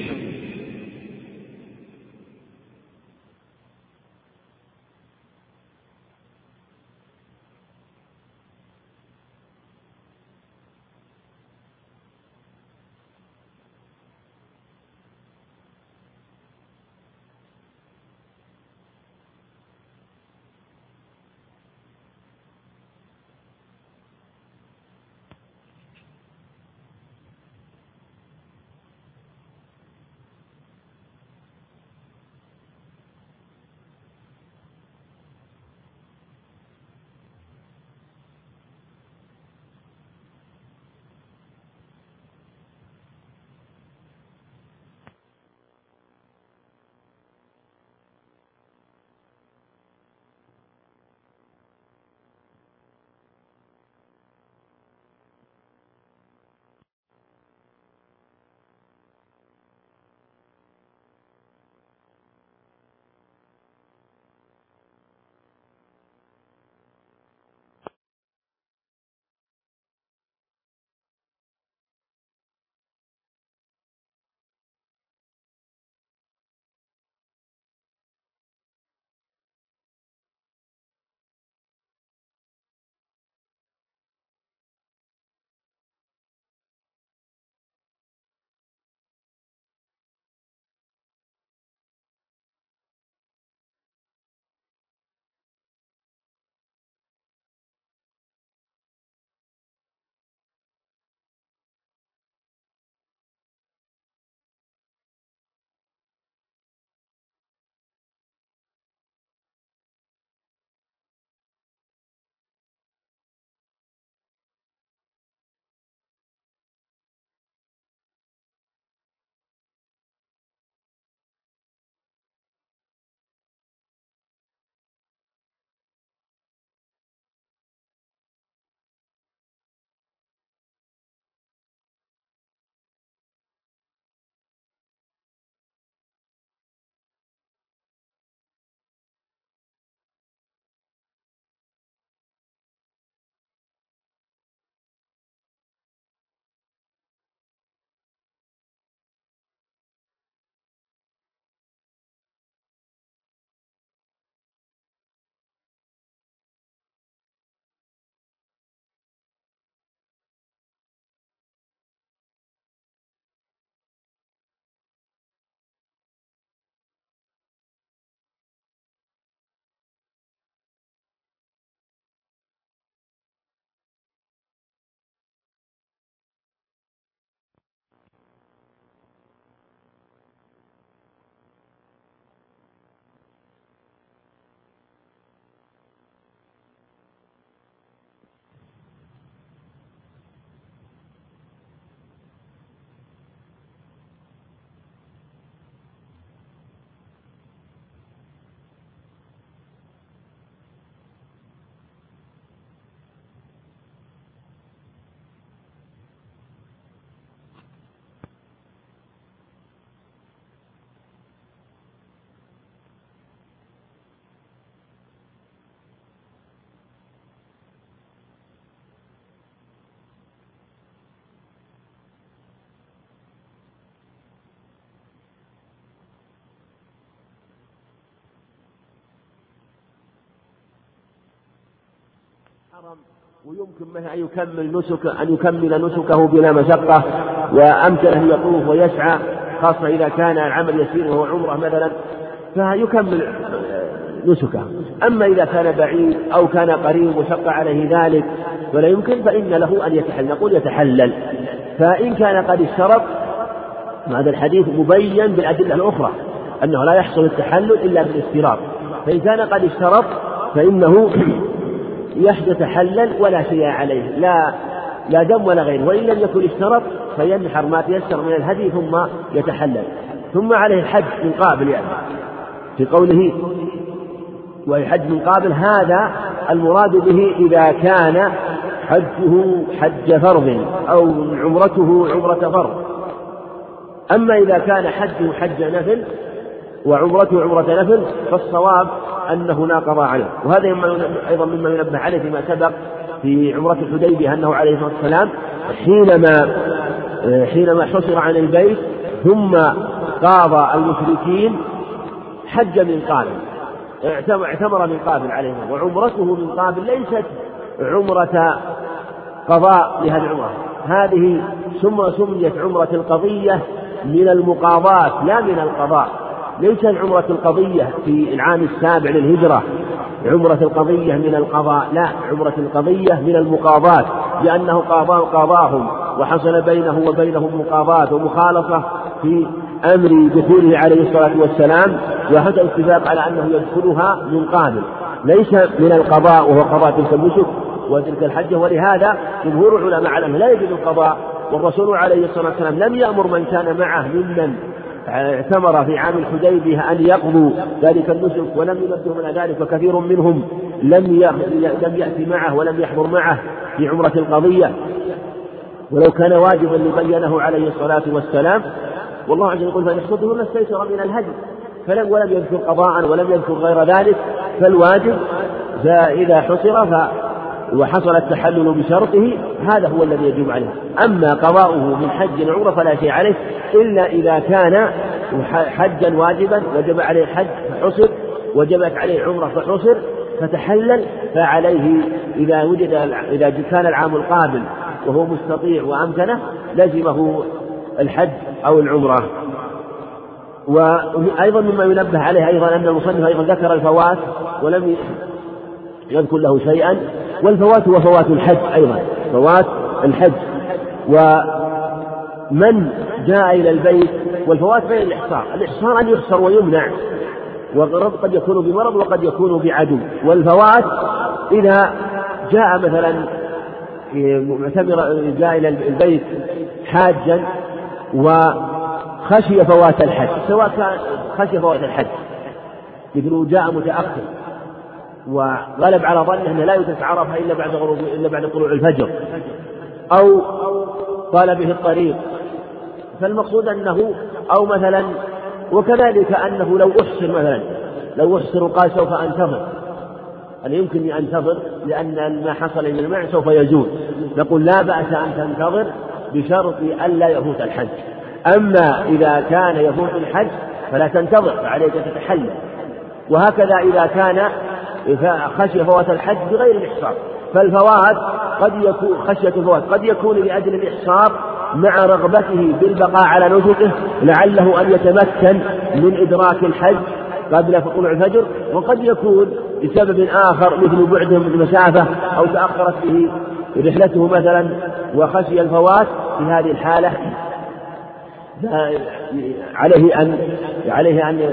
ويمكن منه أن يكمل نسك أن يكمل نسكه بلا مشقة، وأمكن أن يطوف ويسعى، خاصة إذا كان العمل يسير وهو عمرة مثلا فيكمل نسكه. أما إذا كان بعيد أو كان قريب وشق عليه ذلك ولا يمكن فإن له أن يتحلل، نقول يتحلل. فإن كان قد اشترط، هذا الحديث مبين بالأدلة الأخرى أنه لا يحصل التحلل إلا بالاشتراط، فإن كان قد اشترط فإنه يتحلل ولا شيء عليه، لا لا دم ولا غيره. وإن لم يكن اشترط فينحر ما تيسر من الهدي ثم يتحلل، ثم عليه الحج من قابل، يعني في قوله ويحج من قابل، هذا المراد به إذا كان حجه حج فرض أو عمرته عمرة فرض. أما إذا كان حجه حج نفل وعمرته عمرة نفل فالصواب أنه لا قضاء عليه. وهذا أيضا مما ينبه عليه فيما سبق في عمرة الحديبية أنه عليه الصلاة والسلام حينما حينما حصر عن البيت ثم قاضى المشركين حج من قابل، اعتمر من قابل عليه، وعمرته من قابل ليست عمرة قضاء لهذه العمرة، هذه ثم سميت عمرة القضية من المقاضاة لا من القضاء. ليس عمرة القضية في العام السابع للهجرة عمرة القضية من القضاء، لا، عمرة القضية من المقاضاة، لأنه قاضاهم وحصل بينه وبينهم مقاضاة ومخالصة في أمر دخوله عليه الصلاة والسلام، وحتى اتفاق على أنه يدخلها من قابل، ليس من القضاء وهو قضاء تلك النسك وتلك الحجة. ولهذا جمهور العلماء على أنه لا يجوز القضاء، والرسول عليه الصلاة والسلام لم يأمر من كان معه ممن اعتمر في عام الحديبية أن يقضوا ذلك النسك، ولم ينبههم على ذلك، وكثير منهم لم لم يأتي معه ولم يحضر معه في عمرة القضية، ولو كان واجبا لبينه عليه الصلاة والسلام. والله عز وجل يقول فإن احصرتم استيسر من الهدي، فلم ولم يذكر قضاء ولم يذكر غير ذلك، فالواجب إذا حصر ف وحصل التحلل بشرطه هذا هو الذي يجب عليه. أما قضاؤه من حج عمرة فلا شيء عليه إلا إذا كان حجا واجبا وجب عليه حج فحصر، وجبت عليه عمرة فحصر فتحلل، فعليه إذا وجد إذا كان العام القابل وهو مستطيع وأمكنه لزمه الحج أو العمرة. وأيضا مما ينبه عليه أيضا أن المصنف أيضا ذكر الفوات ولم يذكر له شيئا، والفوات هو فوات الحج أيضا، فوات الحج. ومن جاء إلى البيت والفوات بين الإحصار، الإحصار أن يحصر ويمنع، وقد يكون بمرض وقد يكون بعدو. والفوات إذا جاء مثلا معتمر جاء إلى البيت حاجا وخشي فوات الحج، سواء كان خشي فوات الحج مثل جاء متأخر وغلب على ظنه أنه لا يدرك عرفها إلا بعد غروب إلا بعد طلوع الفجر، أو طال به الطريق، فالمقصود أنه أو مثلا وكذلك أنه لو أحسر مثلا لو أحسر قال سوف أنتظر، أن يمكن أن أنتظر لأن ما حصل من الماء سوف يزول، نقول لا بأس أن تنتظر بشرط ألا يفوت الحج. أما إذا كان يفوت الحج فلا تنتظر، فعليك تتحلل. وهكذا إذا كان خشية فوات الحج بغير الإحصار، فالفوات قد يكون خشية الفوات قد يكون لأجل الإحصار مع رغبته بالبقاء على نسكه لعله أن يتمكن من إدراك الحج قبل طلوع الفجر، وقد يكون لسبب آخر مثل بعده من المسافة أو تأخرت به رحلته مثلا وخشي الفوات. في هذه الحالة عليه أن عليه أن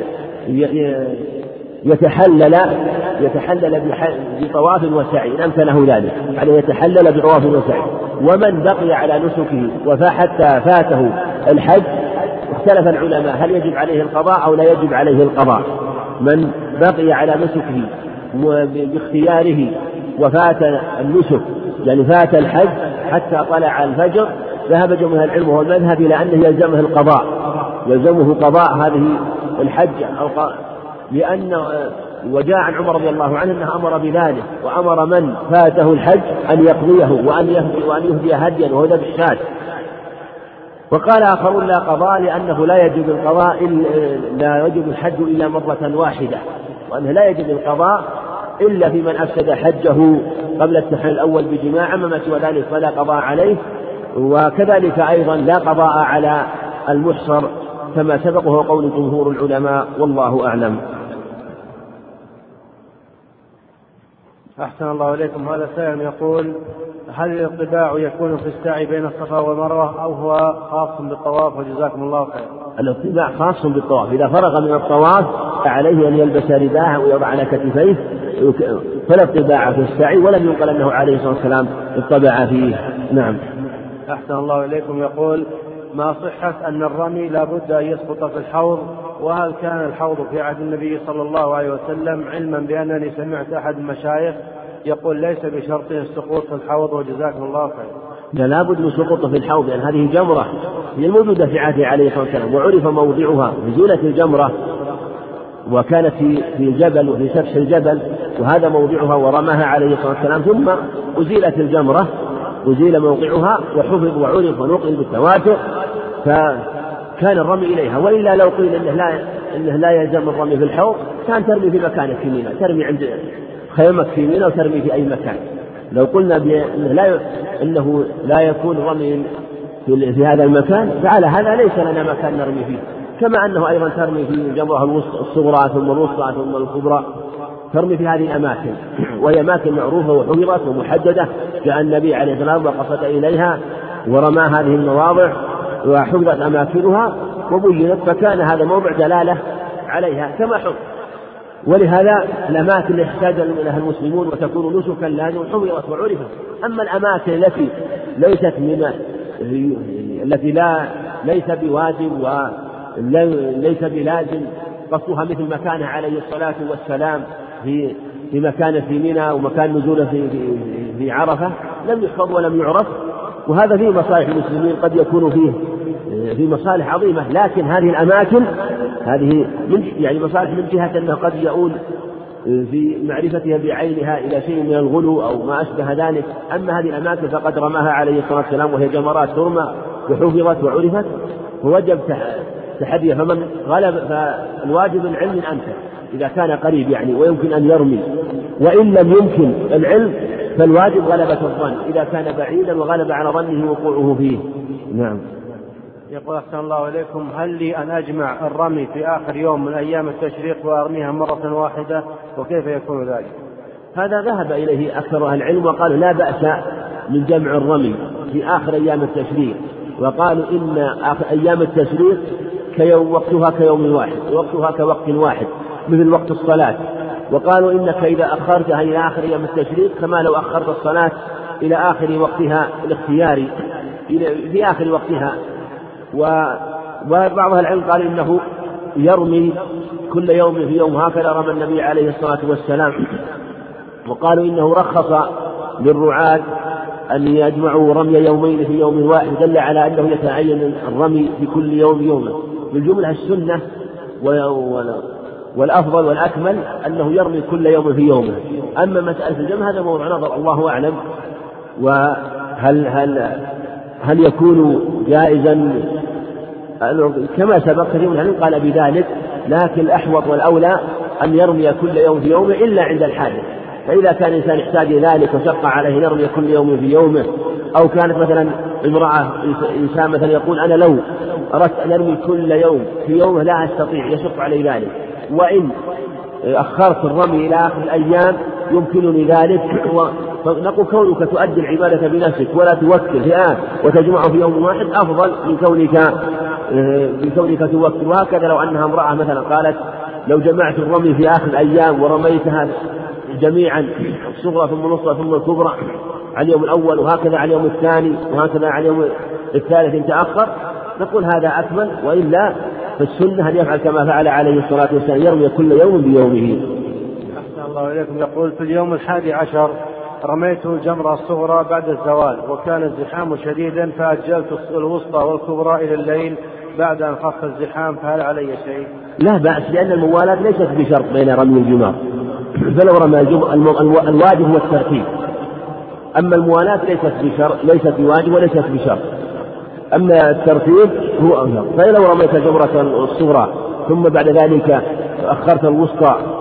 يتحلل يتحلل بطواف وسعي إن أمكنه ذلك، عليه يتحلل بطواف وسعي. ومن بقي على نسكه وحتى فاته الحج اختلف العلماء هل يجب عليه القضاء أو لا يجب عليه القضاء. من بقي على نسكه باختياره وفات النسك يعني فات الحج حتى طلع الفجر، ذهب جمهور العلم وهو المذهب إلى أنه يلزمه القضاء يلزمه قضاء هذه الحج أو لأن وجاء عن عمر رضي الله عنه أنه أمر بذلك، وأمر من فاته الحج أن يقضيه وأن يهدي وأن يهدي هديا وهو ذبح الشاة. وقال آخرون لا قضاء لأنه لا يجب القضاء لا يجب الحج إلا مرة واحدة، وأنه لا يجب القضاء إلا في من أفسد حجه قبل التحلل الأول بجماع، أما ما سوى ذلك فلا قضاء عليه. وكذلك أيضا لا قضاء على المحصر كما سبق، وهو قول جمهور العلماء، والله أعلم. أحسن الله إليكم. هذا سائل يقول: هل الاطباع يكون في السعي بين الصفا والمروة أو هو خاص بالطواف؟ وجزاكم الله خير. الاطباع خاص بالطواف، إذا فرغ من الطواف عليه أن يلبس رداءه ويضع على كتفيه، فلا اطباع في السعي، ولم ينقل أنه عليه الصلاة والسلام اطبع فيه. نعم. أحسن الله إليكم. يقول: ما صحة أن الرمي لا بد أن يسقط في الحوض؟ وهل كان الحوض في عهد النبي صلى الله عليه وسلم؟ علما بأنني سمعت أحد المشايخ يقول ليس بشرط السقوط في الحوض، وجزاكم الله خير. لا لابد من سقوطه في الحوض، لأن يعني هذه جمرة هي الموجودة في عهده عليه الصلاة والسلام، وعرف موضعها نزولة الجمرة، وكانت في في الجبل وفي سفح الجبل، وهذا موضعها ورماها عليه الصلاة والسلام، ثم أزيلت الجمرة، أزيل موضعها وحفظ وعرف ونقل بالتواتر، فكان الرمي إليها. وإلا لو قيل إنه لا إنه لا يلزم الرمي في الحوض، كان ترمي في مكانك في منى، ترمي عند خيمك في منى وترمي في أي مكان. لو قلنا بأنه لا إنه لا يكون رمي في, في هذا المكان، فعلى هذا ليس لنا مكان نرمي فيه، كما أنه أيضا ترمي في الجمرة الصغرى ثم الوسطى ثم الكبرى، ترمي في هذه الأماكن، وهي أماكن معروفة وحفظت ومحددة، جاء النبي عليه الصلاة والسلام وقصد إليها ورمى هذه المواضع وحفظت أماكنها وبينت، فكان هذا موضع دلالة عليها كما حفظ. ولهذا الأماكن يحتاج لها المسلمون وتكون نسكا لازم حفظت وعرفت. أما الأماكن التي ليست من التي لا ليس بواجب وليس بلازم قصدها، مثل مكانه عليه الصلاة والسلام في في مكان في منى ومكان نزوله في في, في عرفة، لم يحفظ ولم يعرف، وهذا فيه مصالح المسلمين قد يكون فيه في مصالح عظيمة. لكن هذه الأماكن هذه من يعني مصالح من جهة أنه قد يؤول في معرفتها بعينها إلى شيء من الغلو أو ما أشبه ذلك. أما هذه الأماكن فقد رماها عليه الصلاة والسلام وهي جمرات ترمى وحفظت وعرفت، ووجب تحديها. فمن غلب فالواجب العلم من أمثل إذا كان قريب يعني ويمكن أن يرمي، وإن لم يمكن العلم فالواجب غلبة الظن إذا كان بعيدا وغلب على ظنه وقوعه فيه. نعم. يقول: أحسن الله إليكم، هل لي أن أجمع الرمي في آخر يوم من أيام التشريق وأرميها مرة واحدة، وكيف يكون ذلك؟ هذا ذهب إليه أكثر أهل العلم وقالوا لا بأس من جمع الرمي في آخر أيام التشريق، وقالوا إن آخر أيام التشريق كيوم وقتها كيوم واحد، وقتها كوقت واحد مثل وقت الصلاة. وقالوا إنك إذا أخرتها إلى آخر أيام التشريق كما لو أخرت الصلاة إلى آخر وقتها الاختياري في آخر وقتها. وبعض العلم قال إنه يرمي كل يوم في يوم، هكذا رمى النبي عليه الصلاة والسلام. وقالوا إنه رخص للرعاة أن يجمعوا رمي يومين في يوم واحد، دل على أنه يتعين الرمي في كل يوم يوما. بالجملة السنة والأفضل والأكمل أنه يرمي كل يوم في يومه. أما مسألة الجمع هذا موضوع نظر، الله أعلم. وهل هل هل يكون جائزا كما سبق كثير من العلم قال بذلك، لكن الأحوط والأولى أن يرمي كل يوم في يومه إلا عند الحاجة. فإذا كان الإنسان يحتاج ذلك وشق عليه يرمي كل يوم في يومه، أو كانت مثلا امرأة إنسان مثلا يقول أنا لو أردت أن أرمي كل يوم في يومه لا أستطيع، يشق علي ذلك، وإن أخرت الرمي إلى آخر الأيام يمكنني ذلك. فنقول كونك تؤدي العبادة بنفسك ولا توكل فئات وتجمع في يوم واحد أفضل من كونك من كونك توكل. وهكذا لو أنها امرأة مثلا قالت لو جمعت الرمي في آخر الأيام ورميتها جميعا الصغرى ثم الوسطى ثم الكبرى على اليوم الأول، وهكذا على اليوم الثاني، وهكذا على اليوم الثالث إن تأخر، نقول هذا أكمل. وإلا فالسنة أن يفعل كما فعل عليه الصلاة والسلام، يرمي كل يوم بيومه. أحسن الله إليكم. يقول: في اليوم الحادي عشر رميت الجمرة الصغرى بعد الزوال وكان الزحام شديدا، فأجلت الوسطى والكبرى إلى الليل بعد أن خف الزحام، فهل علي شيء؟ لا بأس، لأن الموالاة ليست بشرط بين رمي الجمار، فلو رمى الواجب هو الترتيب، أما الموالاة ليست بشرط، ليست بواجب وليست بشرط، أما الترتيب هو أمر. فلو رميت الجمرة الصغرى ثم بعد ذلك أخرت الوسطى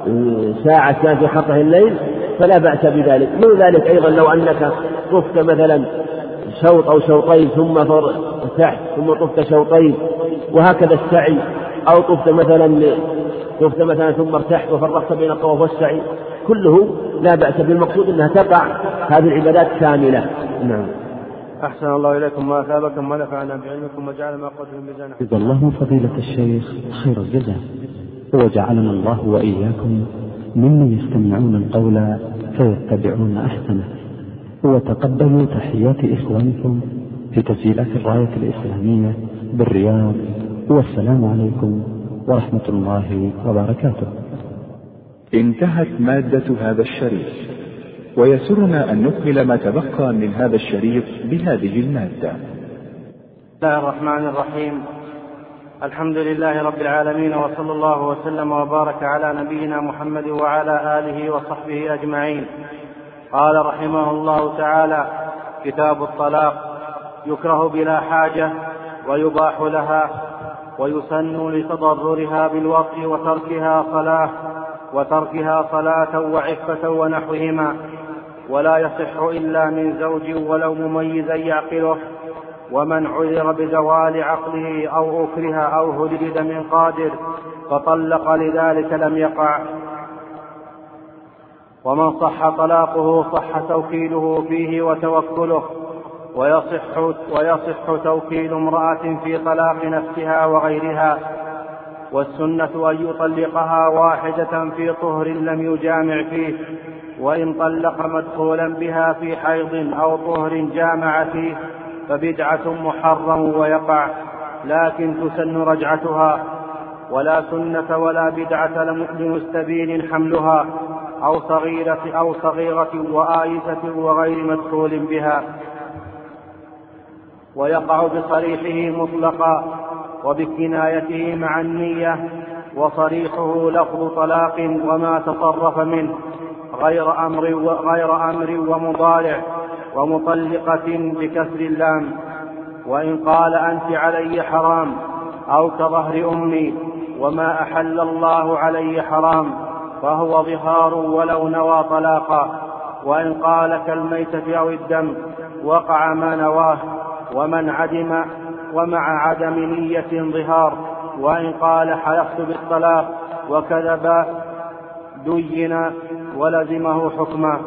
ساعة كان في خطه الليل فلا بأس بذلك. من ذلك أيضا لو أنك طفت مثلا شوط أو شوطين ثم ارتحت ثم طفت شوطين وهكذا السعي، أو طفت مثلا طفت مثلا ثم ارتحت وفرقت بين الطواف والسعي، كله لا بأس. بالمقصود أنها تقع هذه العبادات كاملة. نعم. أحسن الله إليكم ما أثابكم ونفعنا بعلمكم وجعل ما قلت من ميزان. جزا الله فضيلة الشيخ خير الجزاء، وجعلنا الله وإياكم ممن يستمعون القول فيتبعون أحسنه. وتقبلوا تحيات إخوانكم في تسجيلات الراية الإسلامية بالرياض، والسلام عليكم ورحمة الله وبركاته. انتهت مادة هذا الشريط، ويسرنا أن نكمل ما تبقى من هذا الشريط بهذه المادة. بسم الله الرحمن الرحيم. الحمد لله رب العالمين، وصلى الله وسلم وبارك على نبينا محمد وعلى آله وصحبه أجمعين. قال رحمه الله تعالى: كتاب الطلاق. يكره بلا حاجة ويباح لها، ويسن لتضررها بالوطء وتركها صلاة وتركها صلاة وعفة ونحوهما، ولا يصح إلا من زوج ولو مميزا يعقله، ومن عذر بزوال عقله أو أكره أو هدد من قادر فطلق لذلك لم يقع. ومن صح طلاقه صح توكيله فيه وتوكله، ويصح, ويصح توكيل امرأة في طلاق نفسها وغيرها. والسنة أن يطلقها واحدة في طهر لم يجامع فيه، وإن طلق مدخولا بها في حيض أو طهر جامع فيه فبدعة محرم ويقع، لكن تسن رجعتها. ولا سنة ولا بدعة لمستبين حملها أو صغيرة, أو صغيرة وآيسة وغير مدخول بها. ويقع بصريحه مطلقا وبكنايته مع النية، وصريحه لفظ طلاق وما تصرف منه غير أمر, غير أمر ومضارع ومطلقة بكسر اللام. وإن قال أنت علي حرام أو كظهر أمي وما أحل الله علي حرام فهو ظهار ولو نوى طلاقا. وإن قال كالميتة أو الدم وقع ما نواه، ومن عدم ومع عدم نية ظهار. وإن قال حلفت بالطلاق وكذب دين ولزمه حكما.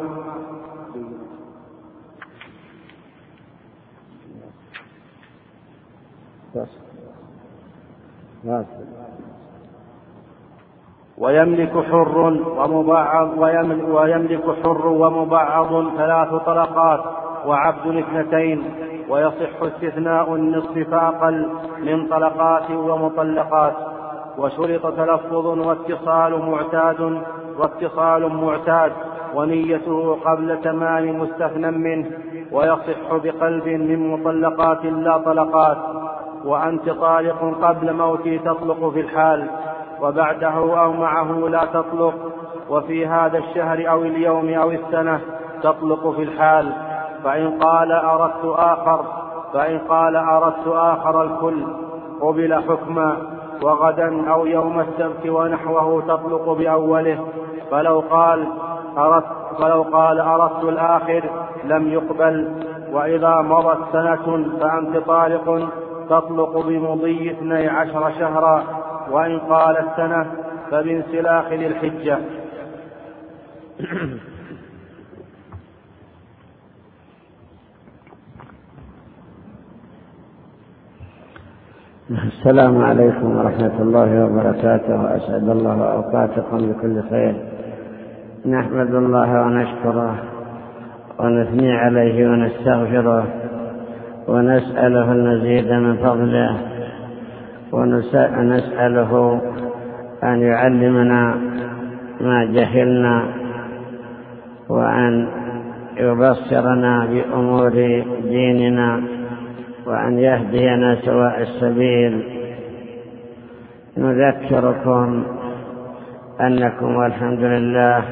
ويملك حر ومبعض ويملك حر ومبعض ثلاث طلقات وعبد اثنتين، ويصح استثناء النصف فأقل من طلقات ومطلقات. وشرط تلفظ واتصال معتاد واتصال معتاد ونيته قبل تمام مستثنى منه، ويصح بقلب من مطلقات لا طلقات. وأنت طالق قبل موتي تطلق في الحال، وبعده أو معه لا تطلق، وفي هذا الشهر أو اليوم أو السنة تطلق في الحال. فإن قال أردت آخر فإن قال أردت آخر الكل قبل حكما، وغدا أو يوم السبت ونحوه تطلق بأوله. فلو قال أردت, فلو قال أردت الآخر لم يقبل. وإذا مضت سنة فأنت طالق تطلق بمضي اثني عشر شهرا. وإن قال السنة فبانسلاخ للحجة. السلام عليكم ورحمة الله وبركاته، وأسعد الله أوقاتكم بكل خير. نحمد الله ونشكره ونثني عليه ونستغفره ونسأله المزيد من فضله، ونسأله أن يعلمنا ما جهلنا، وأن يبصرنا بأمور ديننا، وأن يهدينا سواء السبيل. نذكركم أنكم والحمد لله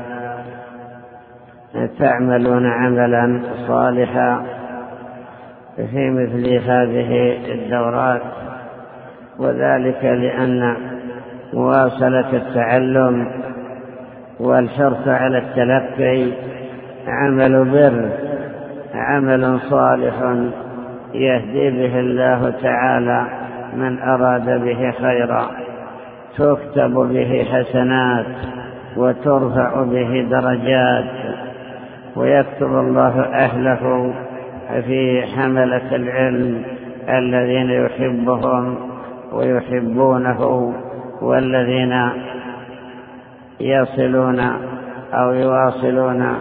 تعملون عملا صالحا في مثل هذه الدورات، وذلك لأن مواصلة التعلم والحرص على التلقي عمل بر، عمل صالح يهدي به الله تعالى من أراد به خيرا، تكتب به حسنات وترفع به درجات، ويكتب الله أهله في حملة العلم الذين يحبهم ويحبونه، والذين يصلون أو يواصلون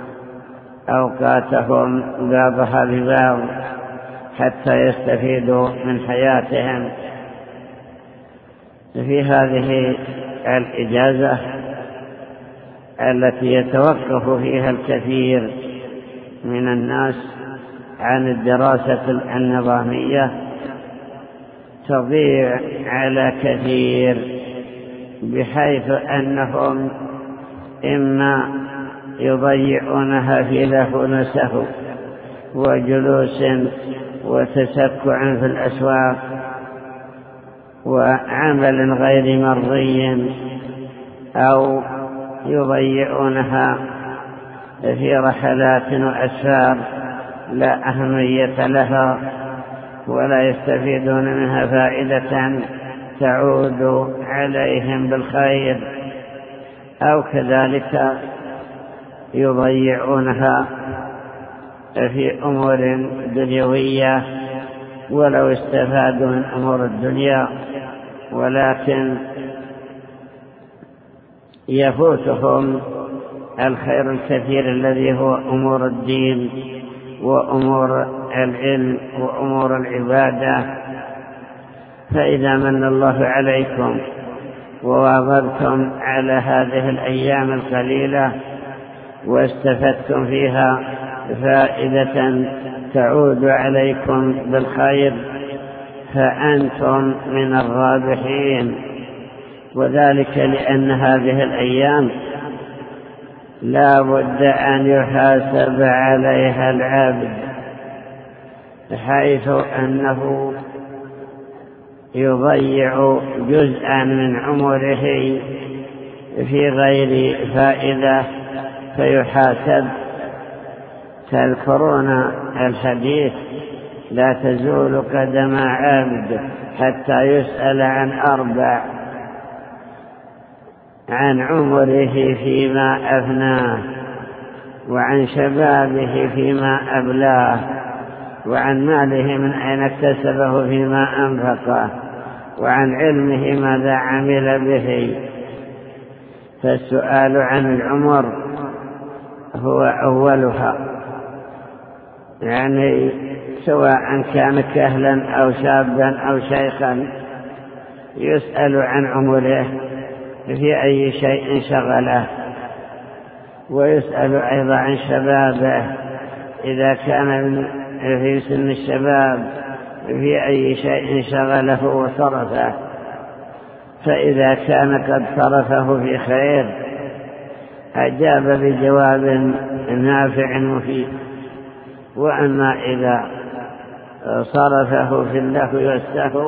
أوقاتهم بعضها ببعض حتى يستفيدوا من حياتهم. في هذه الإجازة التي يتوقف فيها الكثير من الناس عن الدراسة النظامية تضيع على كثير، بحيث أنهم إما يضيعونها في لهو وسهو وجلوس وتسكع في الأسواق وعمل غير مرضي، أو يضيعونها في رحلات وأسفار لا أهمية لها ولا يستفيدون منها فائدة تعود عليهم بالخير، أو كذلك يضيعونها في أمور دنيوية ولو استفادوا من أمور الدنيا، ولكن يفوتهم الخير الكثير الذي هو أمور الدين وأمور العلم وأمور العبادة. فإذا من الله عليكم وواظبتم على هذه الأيام القليلة واستفدتم فيها فائدة تعود عليكم بالخير فأنتم من الرابحين، وذلك لأن هذه الأيام لا بد أن يحاسب عليها العبد، حيث أنه يضيع جزءا من عمره في غير فائدة فيحاسب. تذكرون الحديث: لا تزول قدم عبد حتى يسأل عن أربع: عن عمره فيما أفناه، وعن شبابه فيما أبلاه، وعن ماله من أين اكتسبه فيما أنفقه، وعن علمه ماذا عمل به. فالسؤال عن العمر هو أولها، يعني سواء كان كهلا أو شابا أو شيخا يسأل عن عمره في أي شيء شغله، ويسأل أيضا عن شبابه إذا كان في سن الشباب في أي شيء شغله وصرفه، فإذا كان قد صرفه في خير أجاب بجواب نافع مفيد، وأما إذا صرفه في اللهو والسهو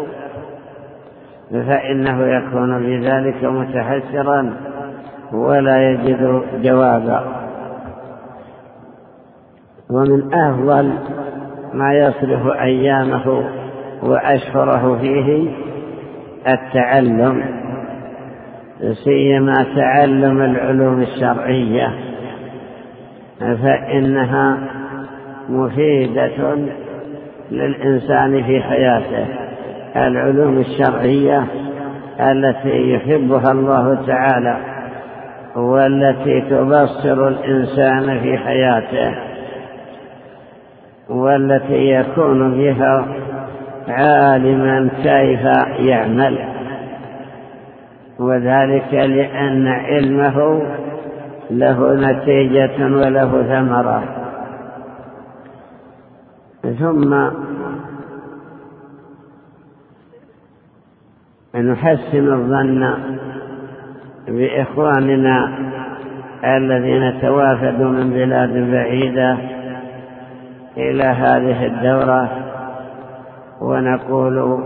فإنه يكون بذلك متحسرا ولا يجد جوابا. ومن أفضل ما يصرف أيامه وأشهره فيه التعلم، سيما تعلم العلوم الشرعية، فإنها مفيدة للإنسان في حياته. العلوم الشرعية التي يحبها الله تعالى والتي تبصر الإنسان في حياته والتي يكون بها عالما كيف يعمل، وذلك لأن علمه له نتيجة وله ثمرة. ثم نحسن الظن بإخواننا الذين توافدوا من بلاد بعيدة إلى هذه الدورة، ونقول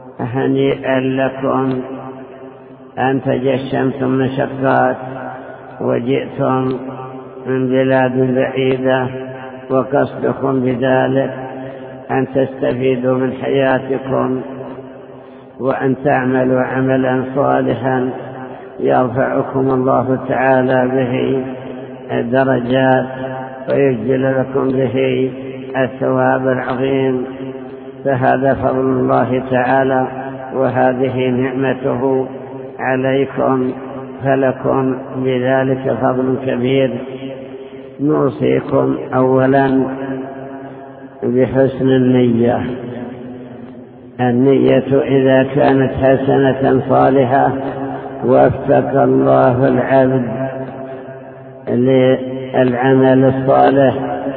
هنيئا لكم أن تجشمتم مشقات وجئتم من بلاد بعيدة وقصدكم بذلك أن تستفيدوا من حياتكم وأن تعملوا عملا صالحا يرفعكم الله تعالى به الدرجات ويجزل لكم به الثواب العظيم، فهذا فضل الله تعالى وهذه نعمته عليكم، فلكم بذلك فضل كبير. نوصيكم أولا بحسن النية. النية إذا كانت حسنة صالحة وفق الله العبد للعمل الصالح.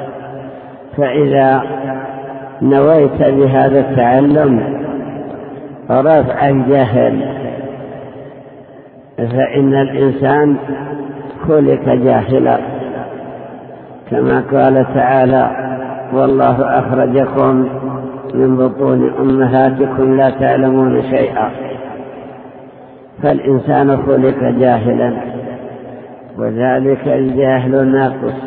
فإذا نويت بهذا التعلم رفع الجهل، فإن الإنسان خلق جاهلا كما قال تعالى: والله أخرجكم من بطون أمهاتكم لا تعلمون شيئا. فالإنسان خلق جاهلا، وذلك الجهل ناقص،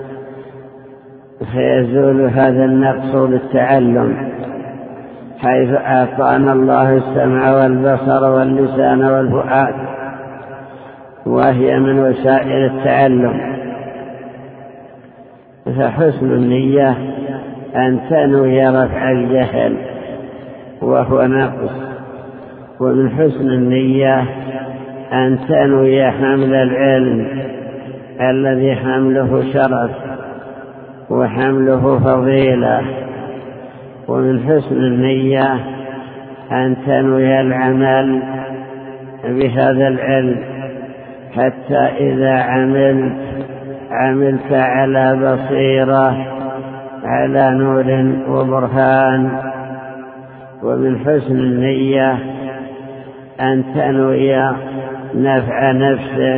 فيزول هذا النقص بالتعلم، حيث أعطانا الله السمع والبصر واللسان والفؤاد، وهي من وسائل التعلم. فحسن النية أن تنوي رفع الجهل وهو نقص، ومن حسن النية أن تنوي حمل العلم الذي حمله شرف وحمله فضيلة، ومن حسن النية أن تنوي العمل بهذا العلم، حتى إذا عملت عملت على بصيرة على نور وبرهان. ومن حسن النية أن تنوي نفع نفسك،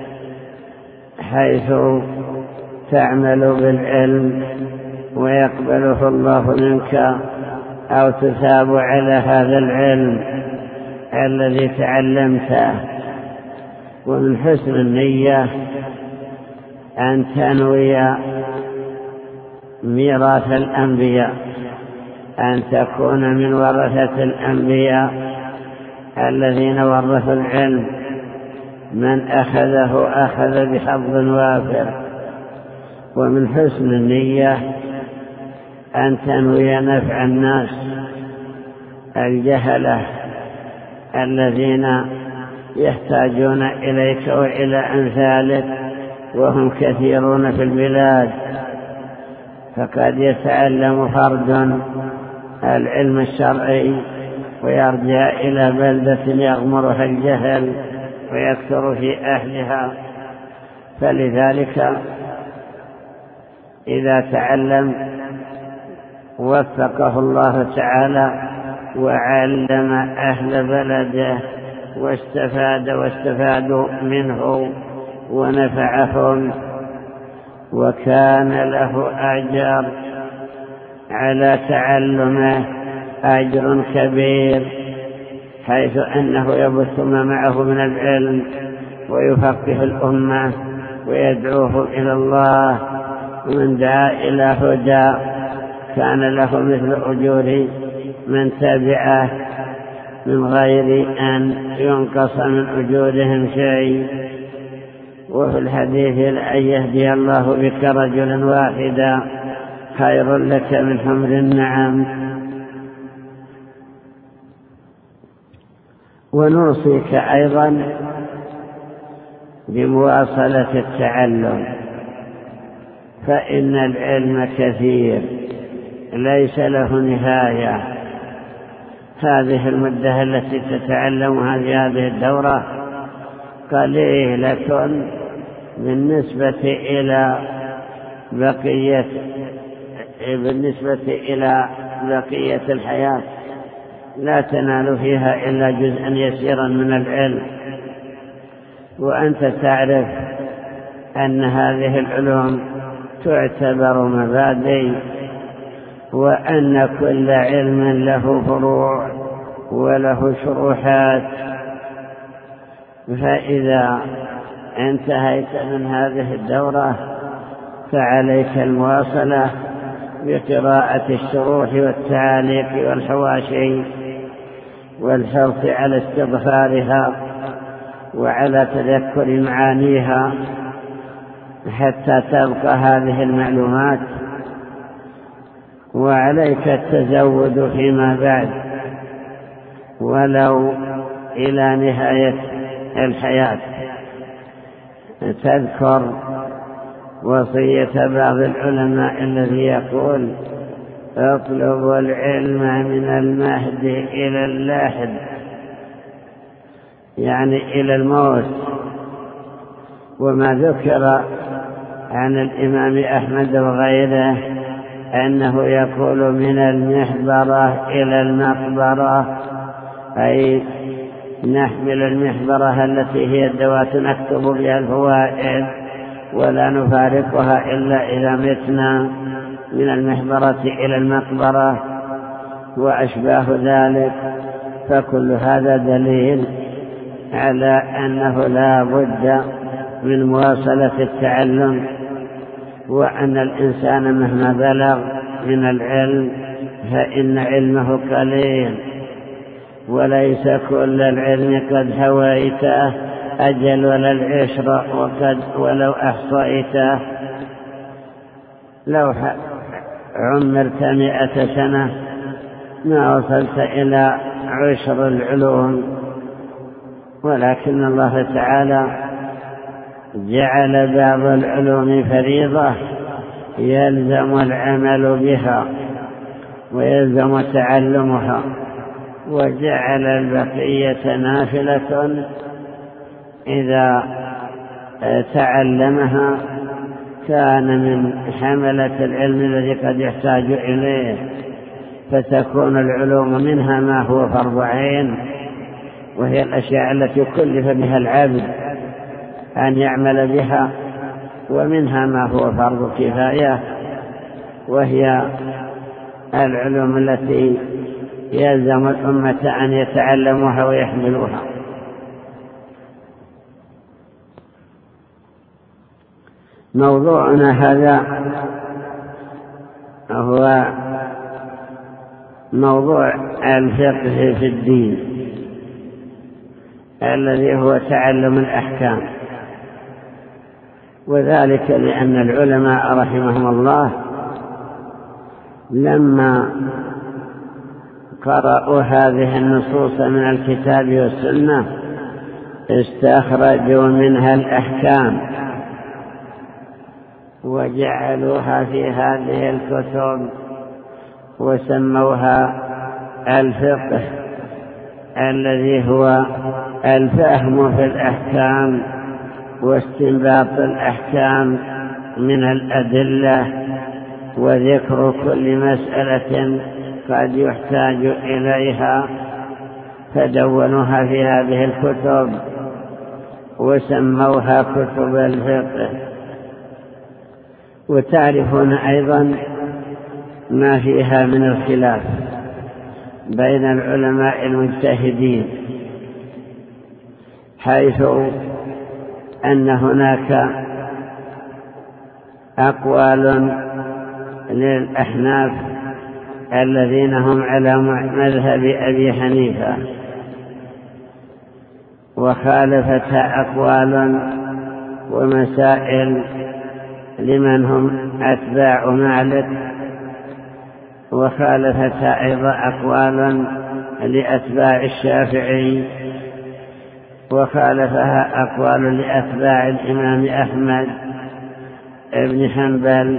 حيث تعمل بالعلم ويقبله الله منك، أو تثاب على هذا العلم الذي تعلمته. ومن حسن النية أن تنوي ميراث الأنبياء، أن تكون من ورثة الأنبياء الذين ورثوا العلم، من أخذه أخذ بحظ وافر. ومن حسن النية أن تنوي نفع الناس الجهلة الذين يحتاجون إليك وإلى أمثالك، وهم كثيرون في البلاد. فقد يتعلم فرد العلم الشرعي ويرجع إلى بلدة يغمرها الجهل ويكثر في أهلها، فلذلك إذا تعلم وفقه الله تعالى وعلم أهل بلده واستفاد واستفادوا منه ونفعهم، وكان له أجر على تعلمه أجر كبير، حيث أنه يبث ما معه من العلم ويفقه الأمة ويدعوه إلى الله. ومن دعا إلى هدى كان له مثل أجور من تبعه من غير أن ينقص من أجورهم شيء. وفي الحديث: لأن يهدي الله بك رجلا واحدا خير لك من حمر النعم. ونوصيك أيضا بمواصلة التعلم، فإن العلم كثير ليس له نهاية. هذه المدة التي تتعلمها في هذه الدورة قليلة بالنسبة إلى بقية بالنسبة إلى بقية الحياة، لا تنال فيها إلا جزءا يسيرا من العلم. وأنت تعرف أن هذه العلوم تعتبر مبادئ، وأن كل علم له فروع وله شروحات. فإذا انتهيت من هذه الدورة فعليك المواصلة بقراءة الشروح والتعاليق والحواشي والحرص على استغفارها وعلى تذكر معانيها حتى تبقى هذه المعلومات، وعليك التزود فيما بعد ولو إلى نهاية الحياة. تذكر وصية بعض العلماء الذي يقول: اطلبوا العلم من المهد إلى اللحد، يعني إلى الموت. وما ذكر عن الإمام أحمد وغيره أنه يقول من المحبرة إلى المقبرة، أي نحمل المحبرة التي هي الدوات نكتب بها الفوائد ولا نفارقها إلا إذا متنا، من المحبرة إلى المقبرة وأشباه ذلك. فكل هذا دليل على أنه لا بد من مواصلة التعلم، وأن الإنسان مهما بلغ من العلم فإن علمه قليل، وليس كل العلم قد هويته، أجل ولا العشر وقد ولو أحصيته. لو عمرت مئة سنة ما وصلت إلى عشر العلوم، ولكن الله تعالى جعل بعض العلوم فريضة يلزم العمل بها ويلزم تعلمها، وجعل البقية نافلة إذا تعلمها كان من حملة العلم الذي قد يحتاج إليه، فتكون العلوم منها ما هو فرض عين، وهي الأشياء التي كلف بها العبد أن يعمل بها، ومنها ما هو فرض كفاية، وهي العلوم التي يلزم الأمة أن يتعلموها ويحملوها. موضوعنا هذا هو موضوع الفقه في الدين الذي هو تعلم الأحكام، وذلك لأن العلماء رحمهم الله لما قرأوا هذه النصوص من الكتاب والسنة استخرجوا منها الأحكام وجعلوها في هذه الكتب وسموها الفقه، الذي هو الفهم في الأحكام واستنباط الأحكام من الأدلة وذكر كل مسألة قد يحتاج إليها، فدونوها في هذه الكتب وسموها كتب الفقه. وتعرفون أيضا ما فيها من الخلاف بين العلماء المجتهدين، حيث أن هناك أقوال للأحناف الذين هم على مذهب أبي حنيفة، وخالفتها أقوال ومسائل لمن هم أتباع مالك، وخالفتها أيضا أقوال لأتباع الشافعي، وخالفها أقوال لأتباع الإمام أحمد بن حنبل.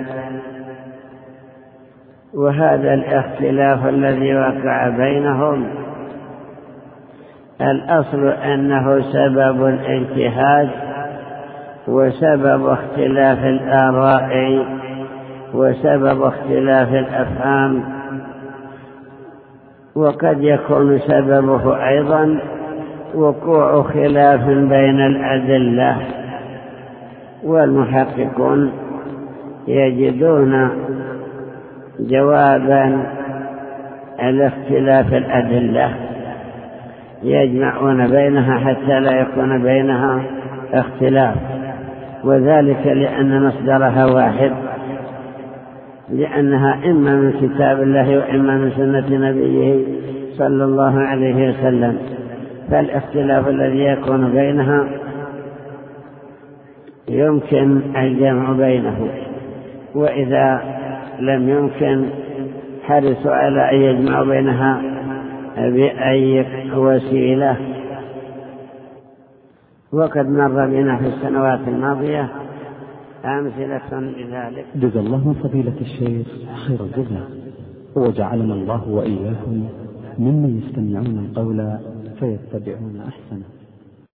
وهذا الاختلاف الذي وقع بينهم الأصل أنه سبب الاجتهاد وسبب اختلاف الآراء وسبب اختلاف الأفهام، وقد يكون سببه أيضا وقوع خلاف بين الأدلة، والمحققون يجدون جوابا لاختلاف الأدلة يجمعون بينها حتى لا يكون بينها اختلاف، وذلك لأن مصدرها واحد، لأنها إما من كتاب الله وإما من سنة نبيه صلى الله عليه وسلم، فالاختلاف الذي يكون بينها يمكن الجمع بينه، وإذا لم يمكن حرصوا على أن يجمعوا بينها بأي وسيلة. وقد مر بنا في السنوات الماضية أمثلة لذلك. جزا الله فضيلة الشيخ خير الجزاء، وجعلنا الله وإياكم ممن يستمعون القول فيتبعون أحسنه.